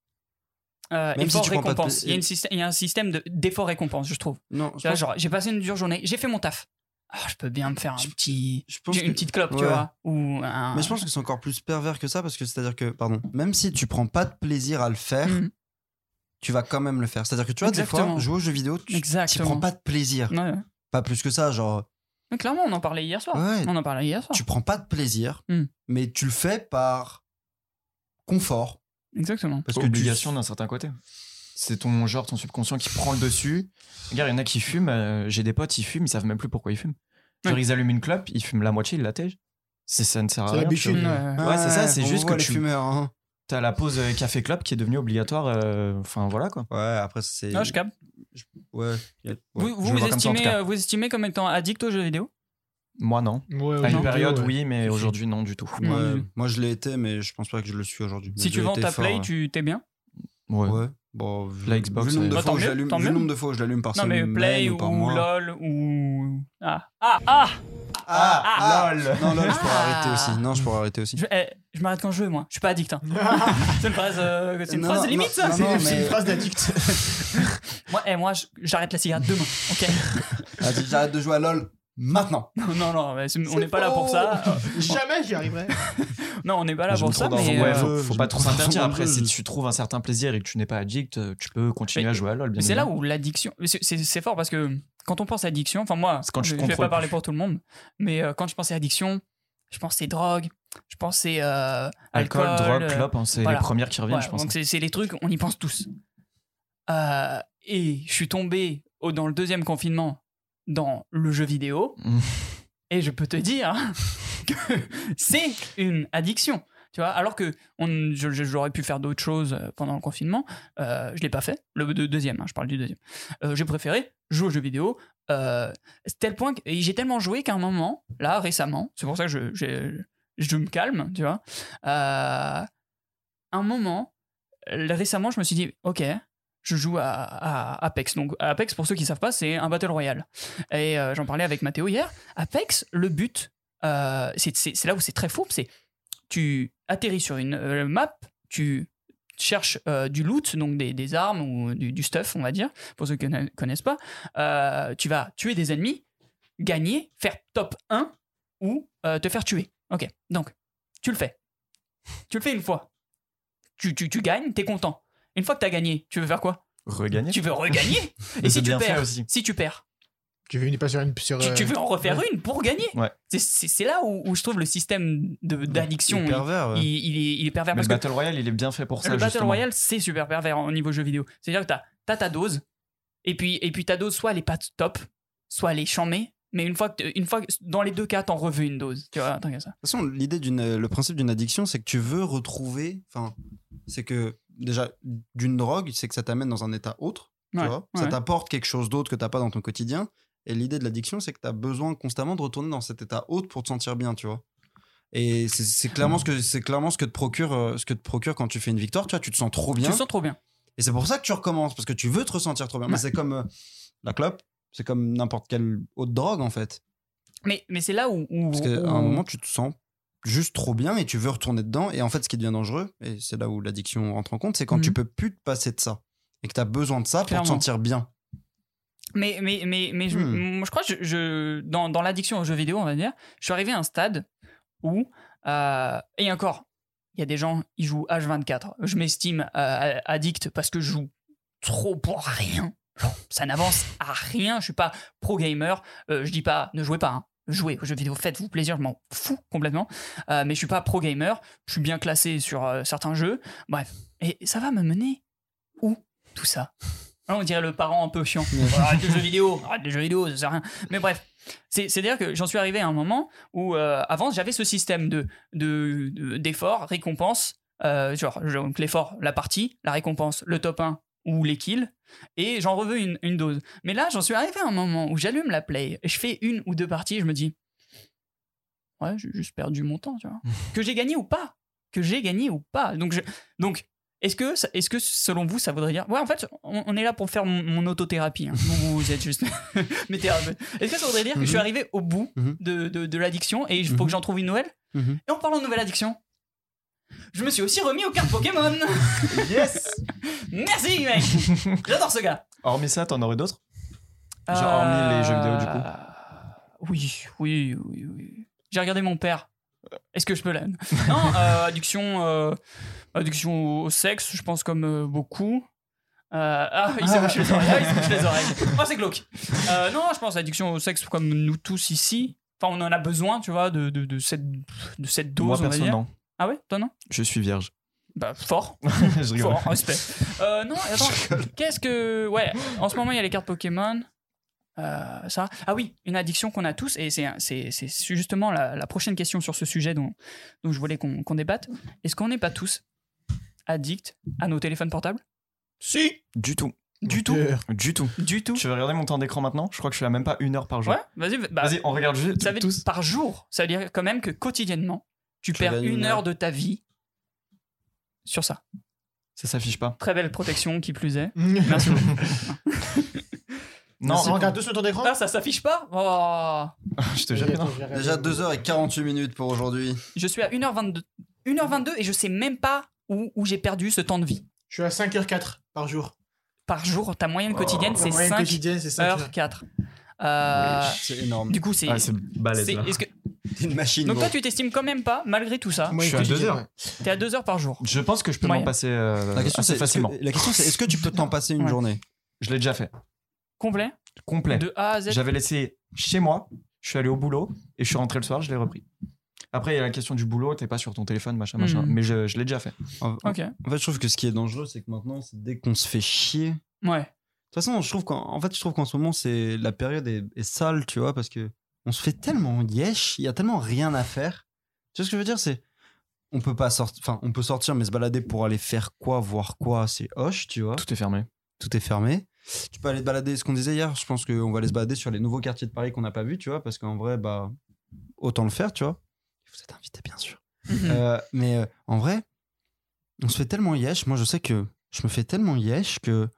Même si tu prends pas de effort-récompense. plaisir. Il y a un système d'effort-récompense, je trouve. Non, Tu vois, genre, j'ai passé une dure journée, j'ai fait mon taf. Alors, je peux bien me faire un petit. je pense Une petite clope, tu ouais. vois. Ou un... Mais je pense que c'est encore plus pervers que ça parce que c'est-à-dire que, pardon, même si tu prends pas de plaisir à le faire, Mhm. tu vas quand même le faire. C'est-à-dire que tu vois, des Exactement. fois, jouer aux jeux vidéo, tu Exactement. prends pas de plaisir. Ouais, ouais. Pas plus que ça, genre, Mais clairement, on en parlait hier soir. Ouais. On en parlait hier soir. tu prends pas de plaisir, mais tu le fais par confort. Exactement. Parce que Obligation d'un certain côté. C'est ton subconscient qui prend le dessus. Regarde, il y en a qui fument. J'ai des potes, ils fument, ils savent même plus pourquoi ils fument. Genre, Ouais. ils allument une clope, ils fument la moitié, ils la tègent. Ça ne sert à C'est rien. l'habitude. tu vois. Ouais, c'est ça, c'est on juste voit que les tu- fumeurs. Hein. T'as la pause café-clope qui est devenue obligatoire. Enfin, voilà quoi. Ouais, après, c'est. Ah, je capte. Ouais. Vous, je vous, le vois comme ça, en tout cas. vous estimez comme étant addict aux jeux vidéo? Moi, non. Ouais, À une ouais, période, ouais. oui, mais aujourd'hui, non, du tout. Ouais. Ouais, moi je l'ai été, mais je pense pas que je le suis aujourd'hui. Si Mais tu j'ai vends été ta fort, Play, ouais. tu t'es bien? Ouais. Ouais. Bon, vu, La Xbox, vu le nombre de Bah, fois tant où je mieux, l'allume, tant vu le mieux. nombre de fois où je l'allume par Non, mais semaine Play ou par ou mois. LOL ou. LOL. Non, LOL, je pourrais Ah. arrêter aussi. Non, je pourrais arrêter aussi. Je m'arrête quand je veux, moi. Je suis pas addict. Hein. c'est une phrase, Non, non, limite, ça. non, C'est non, c'est mais- une phrase d'addict. Moi, j'arrête la cigarette demain. Ok. Ah, j'arrête de jouer à LOL maintenant. non, mais on n'est pas là pour ça. Jamais j'y arriverai. Non, on n'est pas là J'aime pour trop ça, dans mais. un- ouais, euh, faut je pas me trop trouve s'interdire. dans un Après, jeu. si tu trouves un certain plaisir et que tu n'es pas addict, tu peux continuer Mais- à jouer à LoL. Bien Mais c'est là évidemment. où l'addiction. C'est fort parce que quand on pense à addiction, enfin moi, C'est quand tu je te vais pas contrôles parler plus. pour tout le monde, mais quand je pense à addiction, je pense c'est drogue, je pense c'est Alcool, drogue, clope, hein, c'est voilà. les premières qui reviennent, Ouais, je pense. donc c'est les trucs, on y pense tous. Et je suis tombé dans le deuxième confinement dans le jeu vidéo, Mm. et je peux te dire que c'est une addiction. Tu vois, alors que j'aurais pu faire d'autres choses pendant le confinement, je l'ai pas fait. Le deuxième, hein, je parle du deuxième. J'ai préféré jouer aux jeux vidéo. C'est tel point que et j'ai tellement joué qu'à un moment, là récemment, c'est pour ça que je me calme, tu vois. Un moment, récemment, je me suis dit, ok, je joue à Apex. Donc Apex, pour ceux qui savent pas, c'est un battle royale. Et j'en parlais avec Mathéo hier. Apex, le but, c'est là où c'est très fourbe, c'est tu atterris sur une map, tu cherches du loot, donc des armes ou du stuff, on va dire, pour ceux qui ne connaissent pas. Tu vas tuer des ennemis, gagner, faire top 1 ou te faire tuer. Ok, donc tu le fais. Tu le fais une fois. Tu gagnes, t'es content. Une fois que t'as gagné, tu veux faire quoi? Regagner. Tu veux regagner. Mais Et c'est si tu bien fait perds, aussi. si tu perds, Tu veux une pas sur une. tu veux en refaire une pour gagner. Ouais. C'est là où je trouve le système d'addiction, C'est pervers, ouais. il est pervers. Mais Parce le que Battle Royale, il est bien fait pour ça. le Battle justement. Royale, c'est super pervers au niveau jeu vidéo. C'est-à-dire que t'as ta dose, et puis ta dose, soit elle est pas top, soit elle est chambée, mais une fois que dans les deux cas, t'en reveux une dose. Tu vois, tant qu'à ça. De toute façon, le principe d'une addiction, c'est que tu veux retrouver. Enfin, c'est que déjà, d'une drogue, c'est que ça t'amène dans un état autre. Tu Ouais, vois ouais. Ça t'apporte quelque chose d'autre que t'as pas dans ton quotidien. Et l'idée de l'addiction, c'est que t'as besoin constamment de retourner dans cet état autre pour te sentir bien, tu vois. Et c'est clairement ce que te procure quand tu fais une victoire. Tu vois, tu te sens trop bien. Tu te sens trop bien. Et c'est pour ça que tu recommences, parce que tu veux te ressentir trop bien. Mais Ouais. c'est comme la clope, c'est comme n'importe quelle autre drogue, en fait. Mais c'est là où Parce qu'à un moment, tu te sens juste trop bien et tu veux retourner dedans. Et en fait, ce qui devient dangereux, et c'est là où l'addiction rentre en compte, c'est quand Mhm. tu peux plus te passer de ça. Et que tu as besoin de ça pour Clairement. te sentir bien. Mais moi, je crois que dans l'addiction aux jeux vidéo, on va dire, je suis arrivé à un stade où, et encore, il y a des gens, ils jouent H24. Je m'estime addict parce que je joue trop pour rien. genre, ça n'avance à rien. Je suis pas pro gamer. Je dis pas, ne jouez pas. Hein. Jouez aux jeux vidéo, faites-vous plaisir, je m'en fous complètement. Mais je suis pas pro gamer. Je suis bien classé sur certains jeux. Bref, et ça va me mener où tout ça? On dirait le parent un peu chiant. Arrête les jeux vidéo, ça sert à rien. Mais bref, c'est-à-dire que j'en suis arrivé à un moment où avant j'avais ce système d'effort, récompense, donc l'effort, la partie, la récompense, le top 1 ou les kills, et j'en reveux une dose. Mais là, j'en suis arrivé à un moment où j'allume la play, et je fais 1 ou 2 parties, et je me dis, ouais, j'ai juste perdu mon temps, tu vois. Que j'ai gagné ou pas. Donc est-ce que selon vous, ça voudrait dire... Ouais, en fait, on est là pour faire mon autothérapie. Hein. Vous êtes juste mes thérapeutes. Est-ce que ça voudrait dire que je suis arrivé au bout de l'addiction et il faut que j'en trouve une nouvelle? Et en parlant de nouvelle addiction, je me suis aussi remis aux cartes Pokémon. Yes. Merci, mec. J'adore ce gars. Hormis ça, t'en aurais d'autres? Genre hormis les jeux vidéo, du coup? Oui. J'ai regardé mon père. Est-ce que je peux la... Non, addiction au sexe, je pense comme beaucoup. Il s'est bouché les oreilles. Oh, c'est glauque. Non, je pense addiction au sexe comme nous tous ici. Enfin, on en a besoin, tu vois, de cette dose, Moi, on va perso, dire. non. Ah ouais, toi non? Je suis vierge. Bah, fort. Je rigole. Fort, respect. Non, attends, qu'est-ce que... Ouais, en ce moment, il y a les cartes Pokémon. Ça. Ah oui, une addiction qu'on a tous, et c'est justement la prochaine question sur ce sujet dont je voulais qu'on débatte. Est-ce qu'on n'est pas tous addicts à nos téléphones portables? Si. Du tout. Du tout. Tu veux regarder mon temps d'écran maintenant? Je crois que je suis à même pas 1 heure par jour. Ouais, vas-y. Vas-y, on regarde juste Ça veut tous. par jour, ça veut dire quand même que quotidiennement, tu perds gagnes 1 heure de ta vie sur ça. Ça s'affiche pas. Très belle protection, qui plus est. Merci beaucoup. Non, on regarde tous sur ton écran. Ah, ça s'affiche pas? Oh. je te jure que non. Déjà 2h48 pour aujourd'hui. Je suis à 1h22. 1h22 et je sais même pas où j'ai perdu ce temps de vie. Je suis à 5h04 par jour. Par jour, ta moyenne quotidienne, c'est La moyenne 5 quotidienne, c'est 5 4. C'est énorme. Du coup, c'est... Ah, c'est balèze, là. est-ce que... T'es une machine. Donc gros. toi, tu t'estimes quand même pas, malgré tout ça. Je suis à 2 heures. T'es à 2 heures par jour. Je pense que je peux Moyen. m'en passer La question, assez c'est, facilement. est-ce que tu peux t'en passer une Ouais. journée? Je l'ai déjà fait. Complet. Complet. De A à Z. J'avais laissé chez moi, je suis allé au boulot et je suis rentré le soir, je l'ai repris. Après, il y a la question du boulot, t'es pas sur ton téléphone, machin. Mais je l'ai déjà fait. En Ok. fait, je trouve que ce qui est dangereux, c'est que maintenant, c'est dès qu'on se fait chier. De Ouais. toute façon, je trouve qu'en ce moment, c'est la période est sale, tu vois, parce que on se fait tellement yesh, il y a tellement rien à faire. Tu vois ce que je veux dire, c'est on peut pas sortir, enfin, on peut sortir, mais se balader pour aller faire quoi, voir quoi, c'est hoche, tu vois. Tout est fermé. Tout est fermé. Tu peux aller te balader, ce qu'on disait hier, je pense qu'on va aller se balader sur les nouveaux quartiers de Paris qu'on n'a pas vus, tu vois, parce qu'en vrai, bah, autant le faire, tu vois. Vous êtes invités, bien sûr. Mais en vrai, on se fait tellement yesh. Moi, je sais que je me fais tellement yesh que,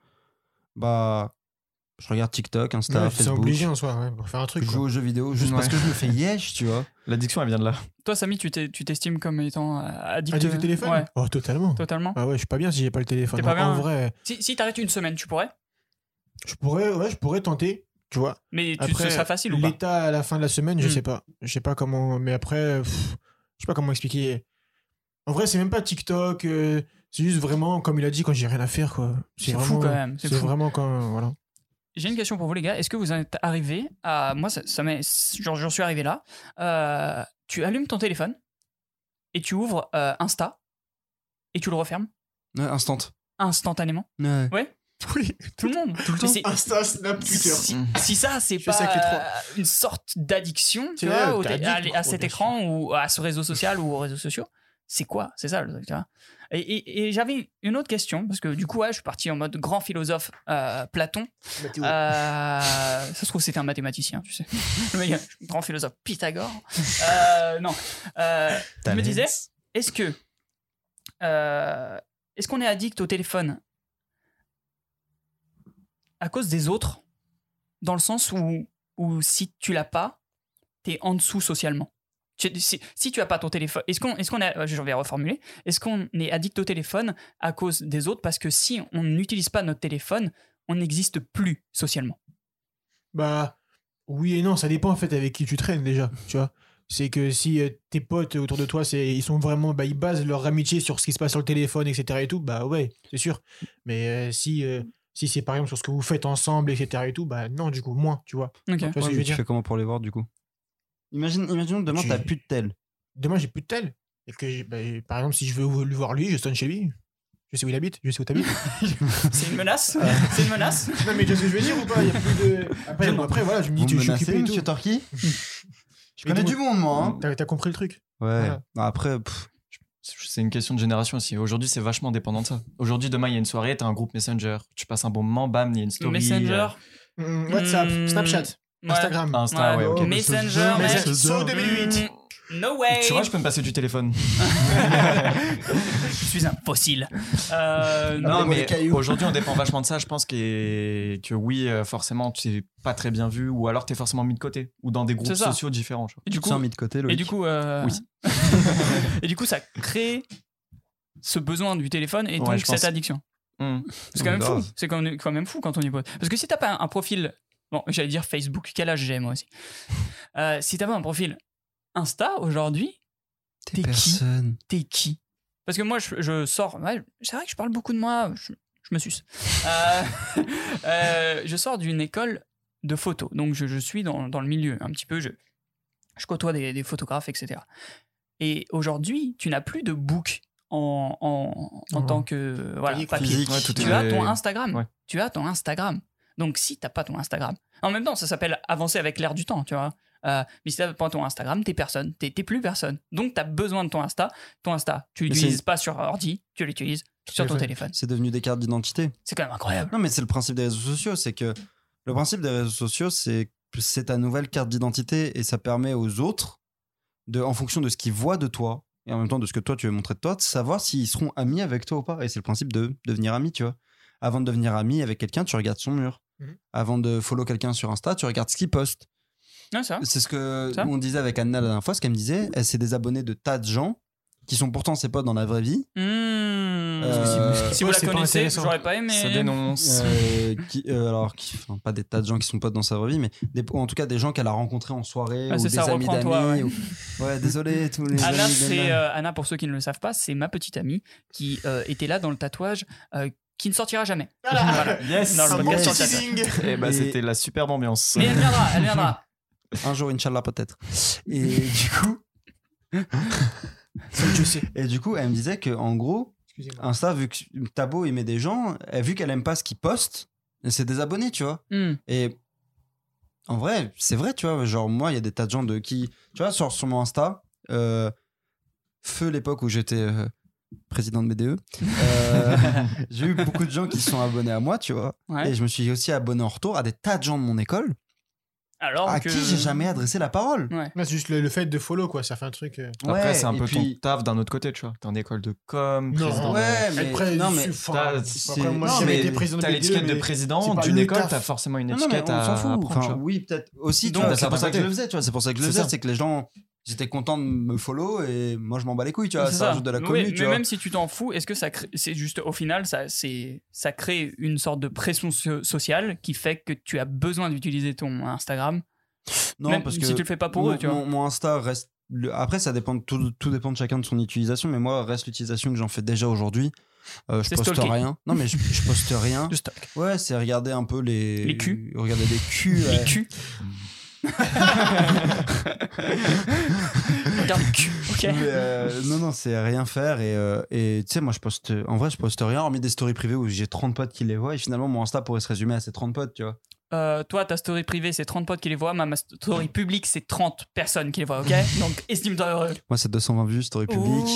bah, je regarde TikTok, Insta, Ouais, c'est Facebook. obligé en soi, ouais, pour faire un truc. Je quoi. joue aux jeux vidéo juste parce que je me fais yesh, tu vois. L'addiction, elle vient de là. Toi, Samy, tu t'estimes comme étant addict Addict au téléphone? Ouais, Oh, totalement. totalement. Ah ouais, je suis pas bien si j'ai pas le téléphone. T'es pas bien, En hein. vrai, Si t'arrêtes une semaine, tu pourrais? je pourrais tenter, tu vois. Mais ce Après, serait facile ou pas? l'état à la fin de la semaine, je Hmm. sais pas. Je sais pas comment. Mais après, je sais pas comment expliquer. En vrai, c'est même pas TikTok. C'est juste vraiment, comme il a dit, quand j'ai rien à faire, quoi. C'est vraiment, fou quand même, c'est C'est fou. vraiment quand. Voilà. J'ai une question pour vous, les gars. Est-ce que vous en êtes arrivé à... Moi, ça m'est... J'en suis arrivé là. Tu allumes ton téléphone et tu ouvres Insta et tu le refermes Ouais, instant. instantanément. Ouais. Ouais. Oui, Tout le monde. Tout le temps. Insta, Snap, Twitter. Si ça, c'est Je fais ça avec les pas trois. une sorte d'addiction, tu C'est vois, vrai, t'es addict, à gros, cet bien écran ou à ce réseau social ou aux réseaux sociaux, c'est quoi? C'est ça le truc, tu vois. Et j'avais une autre question, parce que du coup, ouais, je suis parti en mode grand philosophe Platon. Ça se trouve, c'était un mathématicien, tu sais. Le mec, grand philosophe Pythagore. Non. Je me disais, est-ce qu'on est addict au téléphone à cause des autres, dans le sens où si tu l'as pas, t'es en dessous socialement. Si tu as pas ton téléphone, est-ce qu'on est, je vais reformuler, est-ce qu'on est addict au téléphone à cause des autres, parce que si on n'utilise pas notre téléphone, on n'existe plus socialement? Bah, oui et non, ça dépend en fait avec qui tu traînes déjà, tu vois. C'est que si tes potes autour de toi, ils sont vraiment, bah, ils basent leur amitié sur ce qui se passe sur le téléphone, etc. et tout, bah ouais, c'est sûr. Mais si Si c'est par exemple sur ce que vous faites ensemble, etc. et tout, bah non, du coup, moins, tu vois. Ok. Tu vois ce que je Tu veux dire? fais comment pour les voir du coup? Imaginons demain, Tu- t'as plus de tel. Demain, j'ai plus de tel. Et que, par exemple, si je veux le voir lui, je sonne chez lui. Je sais où il habite, je sais où t'habites. C'est une menace. C'est une menace. Non, mais tu vois ce que je veux dire ou pas? Il y a plus de. Après, voilà, je me dis, Vous tu me je suis occupé menacez, et monsieur tout. Torki? Je Mais connais tout- du monde, moi. Hein. T'as compris le truc. Ouais. Voilà. Après, C'est une question de génération aussi. Aujourd'hui, c'est vachement dépendant de ça. Aujourd'hui, demain, il y a une soirée, t'as un groupe Messenger, tu passes un bon moment, bam, il y a une story. Messenger. WhatsApp, Snapchat, Ouais. Instagram. Insta, ouais, ok. Messenger, mec. Messenger. Saut 2008. No way. Tu vois, je peux me passer du téléphone. Je suis un fossile. Non, mais mais cailloux. aujourd'hui, on dépend vachement de ça. Je pense que oui, forcément, tu es pas très bien vu ou alors tu es forcément mis de côté ou dans des groupes C'est ça. sociaux différents. Tu vois. Et du coup, ça mis de côté, Loïc. et du coup, Oui. et du coup, ça crée ce besoin du téléphone et donc Ouais, je cette pense. addiction. Hmm. C'est quand même fou. Grave. C'est quand même fou quand on y pose. Parce que si t'as pas un profil, bon, j'allais dire Facebook. Quel âge j'ai moi aussi. Si t'as pas un profil Insta aujourd'hui, T'es qui Personne. t'es qui? Parce que moi, je sors. Ouais, c'est vrai que je parle beaucoup de moi. Je me suce. Je sors d'une école de photo. Donc, je suis dans le milieu un petit peu. Je côtoie des photographes, etc. Et aujourd'hui, tu n'as plus de book en tant que Papier, papier. physique. Ouais, tout Tu est- as ton Instagram. Ouais. Tu as ton Instagram. Donc, si t'as pas ton Instagram, en même temps, ça s'appelle avancer avec l'air du temps, tu vois. Mais si t'as pas ton Instagram, t'es personne, t'es plus personne. Donc, t'as besoin de ton Insta. Ton Insta, tu Mais l'utilises c'est- pas sur ordi, tu l'utilises sur ton téléphone. C'est devenu des cartes d'identité. C'est quand même incroyable. Non, mais c'est le principe des réseaux sociaux. C'est que le principe des réseaux sociaux, c'est ta nouvelle carte d'identité et ça permet aux autres, en fonction de ce qu'ils voient de toi et en même temps de ce que toi tu veux montrer de toi, de savoir s'ils seront amis avec toi ou pas. Et c'est le principe de devenir ami, tu vois. Avant de devenir ami avec quelqu'un, tu regardes son mur. Mhm. Avant de follow quelqu'un sur Insta, tu regardes ce qu'il poste. Ouais, c'est vrai. C'est ce que Ça on disait avec Anna la dernière fois, ce qu'elle me disait. Elle, c'est des abonnés de tas de gens qui sont pourtant ses potes dans la vraie vie. Si vous la c'est pas connaissez, intéressant. j'aurais pas aimé. Ça dénonce. Enfin, pas des tas de gens qui sont potes dans sa vraie vie, mais en tout cas des gens qu'elle a rencontrés en soirée Ah, ou c'est des ça, amis d'amis. reprends-toi, ouais. Ouais, désolé, tous les Anna, amis c'est d'Anna. Anna, pour ceux qui ne le savent pas, c'est ma petite amie qui était là dans le tatouage qui ne sortira jamais. Voilà. Yes. Dans le Un bon podcast petit sur le tatouage. teasing. Et bah, Et- c'était la superbe ambiance. Mais elle viendra, elle viendra. Un jour, Inch'Allah, peut-être. Et du coup, Ça, je sais. elle me disait que en gros, Excusez-moi. Insta, vu que t'as beau aimer des gens, vu qu'elle aime pas ce qu'ils postent, c'est des abonnés, tu vois. Hmm. Et en vrai, c'est vrai, tu vois. Genre, moi, il y a des tas de gens tu vois, sur mon Insta, feu l'époque où j'étais président de BDE, j'ai eu beaucoup de gens qui sont abonnés à moi, tu vois. Ouais. Et je me suis aussi abonné en retour à des tas de gens de mon école Alors à que... qui j'ai jamais adressé la parole. Ouais. Là, c'est juste le fait de follow, quoi. Ça fait un truc. Après, Ouais, c'est un et peu puis- ton taf d'un autre côté, tu vois. T'es en école de com, Non, président. ouais, mais Après, non, mais enfin, t'as- après, moi, non, j'ai jamais mais été président de T'as BDE, l'étiquette de mais c'est président pas d'une le école, taf. t'as forcément une non, mais étiquette on s'en à fout. apprendre, tu Enfin, vois. oui, peut-être aussi. Donc, tu vois, c'est c'est pour pas ça que côté. je le faisais, tu vois. C'est pour ça que je le C'est faisais, ça. c'est que les gens, j'étais content de me follow et moi je m'en bats les couilles, tu vois. C'est Ça rajoute de la Oui, commu, tu mais vois. même si tu t'en fous, est-ce que c'est juste au final, ça crée une sorte de pression sociale qui fait que tu as besoin d'utiliser ton Instagram, Non, même parce si que tu le fais pas pour eux, tu vois. mon Insta reste. Après, ça dépend. Tout dépend de chacun de son utilisation, mais moi, reste l'utilisation que j'en fais déjà aujourd'hui. Je C'est poste stalker. rien. Non, mais je poste rien. De stock. Ouais, c'est regarder un peu les culs. Regarder les culs. Les ouais. culs. Regarde les culs, ok. Mais, non, c'est rien faire. Et tu sais, moi, en vrai, je poste rien, hormis des stories privées où j'ai 30 potes qui les voient. Et finalement, mon Insta pourrait se résumer à ces 30 potes, tu vois. Toi, ta story privée, c'est 30 potes qui les voient. Ma story publique, c'est 30 personnes qui les voient, ok. Donc, estime-toi heureux. Moi, c'est 220 vues, story publique.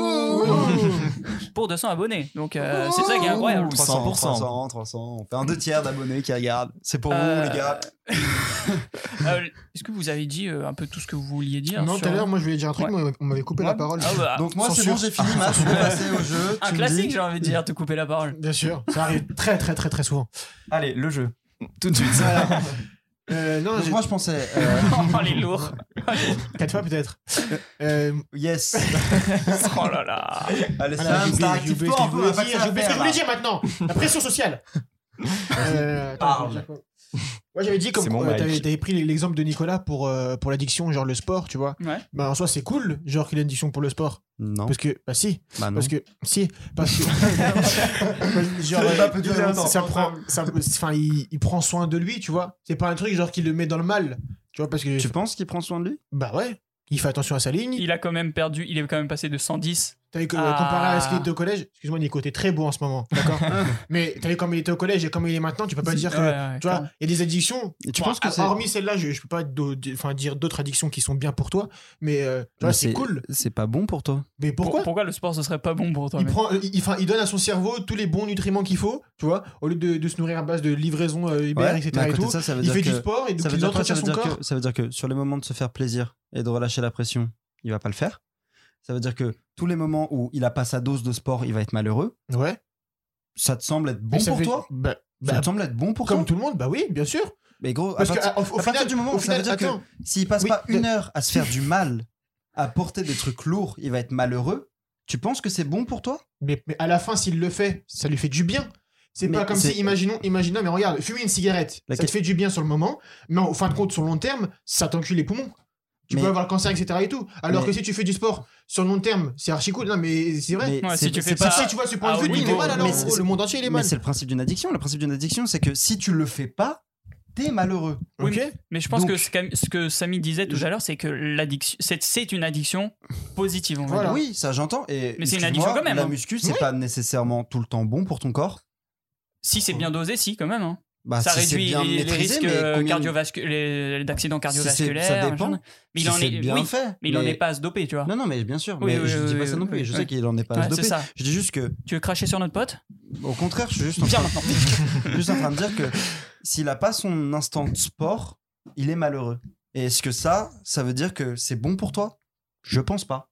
Pour 200 abonnés. Donc, c'est ça qui est incroyable. 100%. 300. On fait un 2/3 d'abonnés qui regardent. C'est pour Euh, vous, les gars. Est-ce que vous avez dit un peu tout ce que vous vouliez dire Non, sur- tout à l'heure, moi, je voulais dire un truc, Ouais. mais on m'avait coupé la Ouais. parole. Ah bah, Donc, moi, c'est censure. bon, j'ai fini. Match, je peux passer au jeu. un Tu me classique, dis. j'ai envie de dire, te couper la parole. Bien sûr, ça arrive très, très, très, très souvent. Allez, le jeu. Tout de suite. Non, Donc, j'ai moi, je pensais. Oh, les lourds. 4 fois peut-être. Yes. Oh là là. Allez, Voilà, Sam, j'ai ça oublié ce que je active-toi un peu, voulais on va pas dire. te J'ai oublié ce que je faire, voulais là. dire maintenant. La pression sociale. Attends, Parle. je vais dire quoi Ouais, j'avais dit comme C'est mon Mike. t'avais pris l'exemple de Nicolas pour l'addiction, genre le sport, tu vois. Ouais. Bah en soi, c'est cool, genre qu'il a une addiction pour le sport. Non. Parce que, bah si. Bah non. Parce que, si. Parce que. genre, Le débat peut durer longtemps. enfin, il prend soin de lui, tu vois. C'est pas un truc genre qui le met dans le mal. Tu vois, parce que. Tu penses qu'il prend soin de lui? Bah ouais. Il fait attention à sa ligne. Il est quand même passé de 110. T'avais Ah. comparé à ce qu'il était au collège. Excuse-moi, Nico, t'es très beau en ce moment. D'accord. Mais t'as vu comme il était au collège et comme il est maintenant, tu peux pas dire que. Ouais, Tu vois, il y a des addictions. Et tu Bon, penses que c'est. hormis celle-là, je peux pas dire d'autres addictions qui sont bien pour toi. Mais tu vois, Mais c'est cool. C'est pas bon pour toi. Mais pourquoi Pourquoi le sport ce serait pas bon pour toi il, mec prend, il donne à son cerveau tous les bons nutriments qu'il faut, tu vois, au lieu de se nourrir à base de livraison Uber, Ouais, etc. mais à et côté tout. de ça, ça veut Il dire fait que- du sport et Ça donc veut il dire quoi? entretient son corps. Ça veut dire que sur les moments de se faire plaisir et de relâcher la pression, il va pas le faire. Ça veut dire que tous les moments où il a pas sa dose de sport, il va être malheureux. Ouais. Ça te semble être bon Mais ça pour fait- toi? bah, Ça te semble être bon pour comme toi? tout le monde, bah oui, bien sûr. Mais gros, Parce à partir, qu'au à partir du moment où ça veut dire attends, que s'il passe Oui, pas de- une heure à se faire du mal, à porter des trucs lourds, il va être malheureux. Tu penses que c'est bon pour toi? mais à la fin, s'il le fait, ça lui fait du bien. C'est Mais pas comme c'est- si, imaginons, mais regarde, fumer une cigarette, ça te fait du bien sur le moment, mais en fin de compte, sur le long terme, ça t'encule les poumons. Tu Mais- peux avoir le cancer, etc. et tout. Alors Mais- que si tu fais du sport sur le long terme, c'est archi cool. Non, mais c'est vrai. Mais Ouais, c'est- si tu c'est fais pas- Si tu vois ce point Ah de vue, oui, lui, il est mais- mal alors. mais gros, c'est- le monde entier, il est Mais mal. c'est le principe d'une addiction. Le principe d'une addiction, c'est que si tu le fais pas, t'es malheureux. Oui, Ok. Mais je pense Donc- que ce que Samy disait tout à l'heure, c'est que l'addiction, c'est une addiction positive. On va Voilà. dire. Oui, ça j'entends. Et Mais c'est une excuse-moi, addiction quand même, La hein. muscu, c'est Oui. pas nécessairement tout le temps bon pour ton corps. Si c'est bien dosé, si quand même. Hein. Bah, Ça si c'est réduit bien les maîtrisé, risques mais combien- d'accidents Si cardiovasculaires. ça dépend. machin. Mais si il en c'est est bien oui, fait. mais il en est pas à se doper, tu vois. Non, non, mais bien sûr. Oui, mais oui, je dis oui, pas ça non oui, plus. oui, Je oui. sais qu'il en est pas à Ouais, se doper. c'est ça. Je dis juste que, Tu veux cracher sur notre pote au contraire, je suis juste en Viens train, maintenant. juste en train de dire que s'il a pas son instant de sport, il est malheureux. Et est-ce que ça veut dire que c'est bon pour toi? Je pense pas.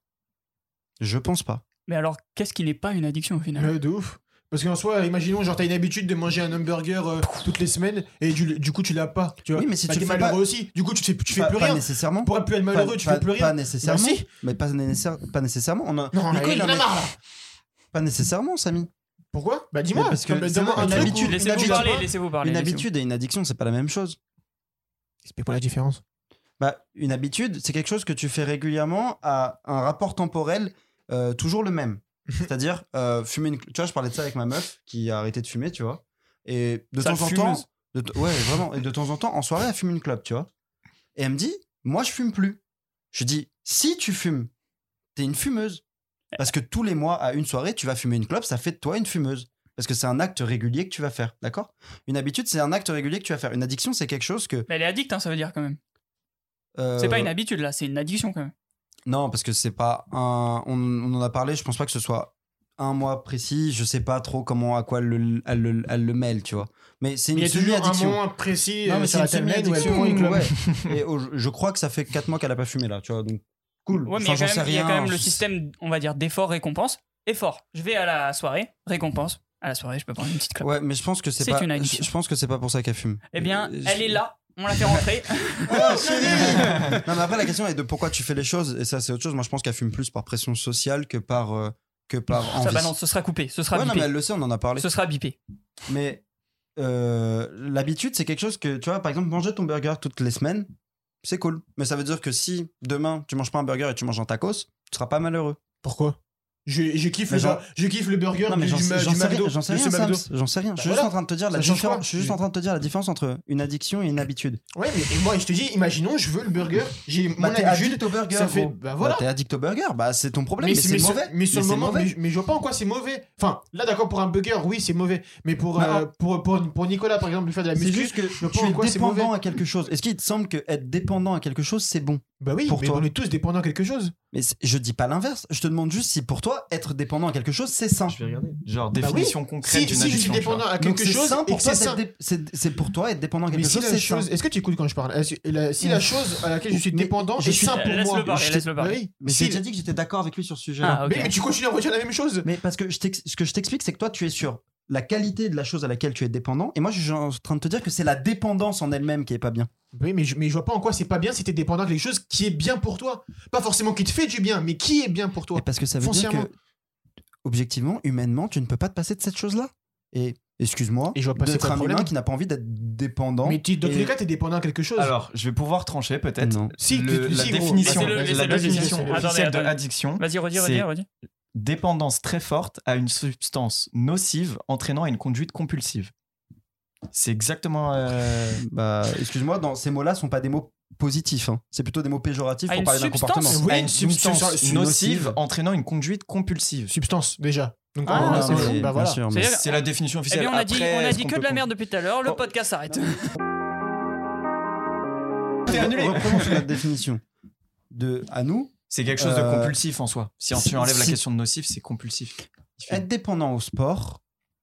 Je pense pas. Mais alors, qu'est-ce qui n'est pas une addiction au final Ouais, de ouf. Parce qu'en soi, imaginons, genre, t'as une habitude de manger un hamburger toutes les semaines et du coup, tu l'as pas. Tu vois. Oui, mais si Bah, tu t'es le fais malheureux pas- aussi. Du coup, tu fais plus Pas rien. nécessairement. Pour plus être malheureux, tu fais plus rien. Pas nécessairement. Bah, si. Mais pas nécessairement. On a... Non, Nico, il en en a est- marre là. Pas nécessairement, Samy. Pourquoi Bah dis-moi. Mais parce que Donne-moi un une truc habitude, où- laissez-vous Laissez-vous habitude. parler, laissez-vous parler. Une laissez-vous. habitude et une addiction, c'est pas la même chose. Explique moi la différence. Bah, une habitude, c'est quelque chose que tu fais régulièrement à un rapport temporel toujours le même. C'est-à-dire, fumer une... Tu vois, je parlais de ça avec ma meuf qui a arrêté de fumer, tu vois. Et de Sale temps en fumeuse. temps... Ouais, vraiment. Et de temps en temps, en soirée, elle fume une clope, tu vois. Et elle me dit, moi, je fume plus. Je dis, si tu fumes, t'es une fumeuse. Parce que tous les mois, à une soirée, tu vas fumer une clope, ça fait de toi une fumeuse. Parce que c'est un acte régulier que tu vas faire, d'accord? Une habitude, c'est un acte régulier que tu vas faire. Une addiction, c'est quelque chose que... Mais elle est addicte, hein, ça veut dire quand même. euh, C'est pas une habitude là, c'est une addiction quand même. Non, parce que c'est pas un. On en a parlé, je pense pas que ce soit un mois précis, je sais pas trop comment, à quoi elle le mêle, tu vois. Mais c'est Il y une a toujours un semi-addiction. moment précis Non, mais sur c'est la une timeline où elle semi-addiction. prend une clope. Ouais. Et je crois que ça fait 4 mois qu'elle a pas fumé là, tu vois. Donc, cool. Ouais, mais Enfin, il y a j'en sais il y a quand rien. même le système, on va dire, d'effort-récompense. Effort. Je vais à la soirée, récompense. À la soirée, je peux prendre une petite clope. Ouais, mais je pense que c'est C'est pas. une addiction. Je pense que c'est pas pour ça qu'elle fume. Eh bien, Je- elle est là. On l'a fait rentrer. Non, mais après, la question est de pourquoi tu fais les choses, et ça, c'est autre chose. Moi, je pense qu'elle fume plus par pression sociale que par envie. Ça, bah non, ce sera coupé. Ce sera Ouais, non, bipé. mais elle le sait, on en a parlé. Ce sera bipé. Mais l'habitude, c'est quelque chose que, tu vois, par exemple, manger ton burger toutes les semaines, c'est cool. Mais ça veut dire que si demain, tu manges pas un burger et tu manges un tacos, tu seras pas malheureux. Pourquoi je kiffe Mais je kiffe le burger Non, mais du j'en sais McDo. rien, j'en sais de ce rien, McDo. Sams, j'en sais rien. Je suis Bah juste voilà. en train de te dire la Ça change différence. quoi Je suis juste en train de te dire la différence entre une addiction et une habitude. Ouais, mais et moi, je te dis, imaginons, je veux le burger. J'ai mon Bah, t'es habitude. addict au burger. ça fait- gros. bah, voilà. T'es addict au burger, bah c'est ton problème. Mais, c'est sur- mauvais. mais sur le c'est moment, mauvais. mais je vois pas en quoi c'est mauvais. Enfin, là, d'accord, pour un burger, oui, c'est mauvais. Mais pour Nicolas, par exemple, lui faire de la C'est muscu, juste que je vois tu pas en quoi es c'est dépendant mauvais. à quelque chose. Est-ce qu'il te semble que être dépendant à quelque chose, c'est bon? Bah oui, pour mais toi. on est tous dépendants à quelque chose. Mais je dis pas l'inverse. Je te demande juste si pour toi, être dépendant à quelque chose, c'est sain. Je vais regarder. Genre, Bah définition oui. concrète Si d'une je suis addiction. tu vois. dépendant à Donc quelque c'est chose sain et pour que toi c'est sain. c'est pour toi être dépendant à Mais quelque si chose, la c'est chose, sain. est-ce que tu écoutes quand je parle? Si la chose à laquelle je suis Mais dépendant je est suis- sain pour Laisse-le moi. parler, laisse-le parler. Oui. Mais Si- j'ai déjà dit que j'étais d'accord avec lui sur ce sujet-là. Ah, ok. Mais tu continues à redire la même chose. Mais parce que ce que je t'explique, c'est que toi, tu es sur la qualité de la chose à laquelle tu es dépendant. Et moi, je suis en train de te dire que c'est la dépendance en elle-même qui est pas bien. Oui, mais je vois pas en quoi c'est pas bien si t'es dépendant de quelque chose qui est bien pour toi. Pas forcément qui te fait du bien, mais qui est bien pour toi. Et parce que ça veut dire Foncièrement. que, objectivement, humainement, tu ne peux pas te passer de cette chose-là. Et excuse-moi, Et je vois pas c'est d'être quoi le un problème. humain qui n'a pas envie d'être dépendant. Mais dans tous Et- les cas, t'es dépendant à quelque chose. Alors, je vais pouvoir trancher peut-être. Non. Si, La si, gros. définition, Laissez-le, la laissez-le, définition laissez-le. officielle de Attendez. addiction, Vas-y, redis. dépendance très forte à une substance nocive entraînant à une conduite compulsive. C'est exactement. Bah, excuse-moi, ces mots-là sont pas des mots positifs. Hein. C'est plutôt des mots péjoratifs À pour une parler d'un substance comportement. Oui, à une substance substance nocive entraînant une conduite compulsive. Substance, déjà. Donc, Ah, là, non, c'est mais- fou. Bah voilà. Bien sûr, mais- C'est-à-dire- C'est la définition Eh officielle. bien, on a dit Après, est-ce qu'on que de peut la merde depuis tout à l'heure. Le podcast s'arrête. T'es annulé. Reprenons sur notre définition. À nous, C'est quelque chose de Euh, compulsif en soi. Si tu enlèves la si- question de nocif, c'est compulsif. être dépendant au sport,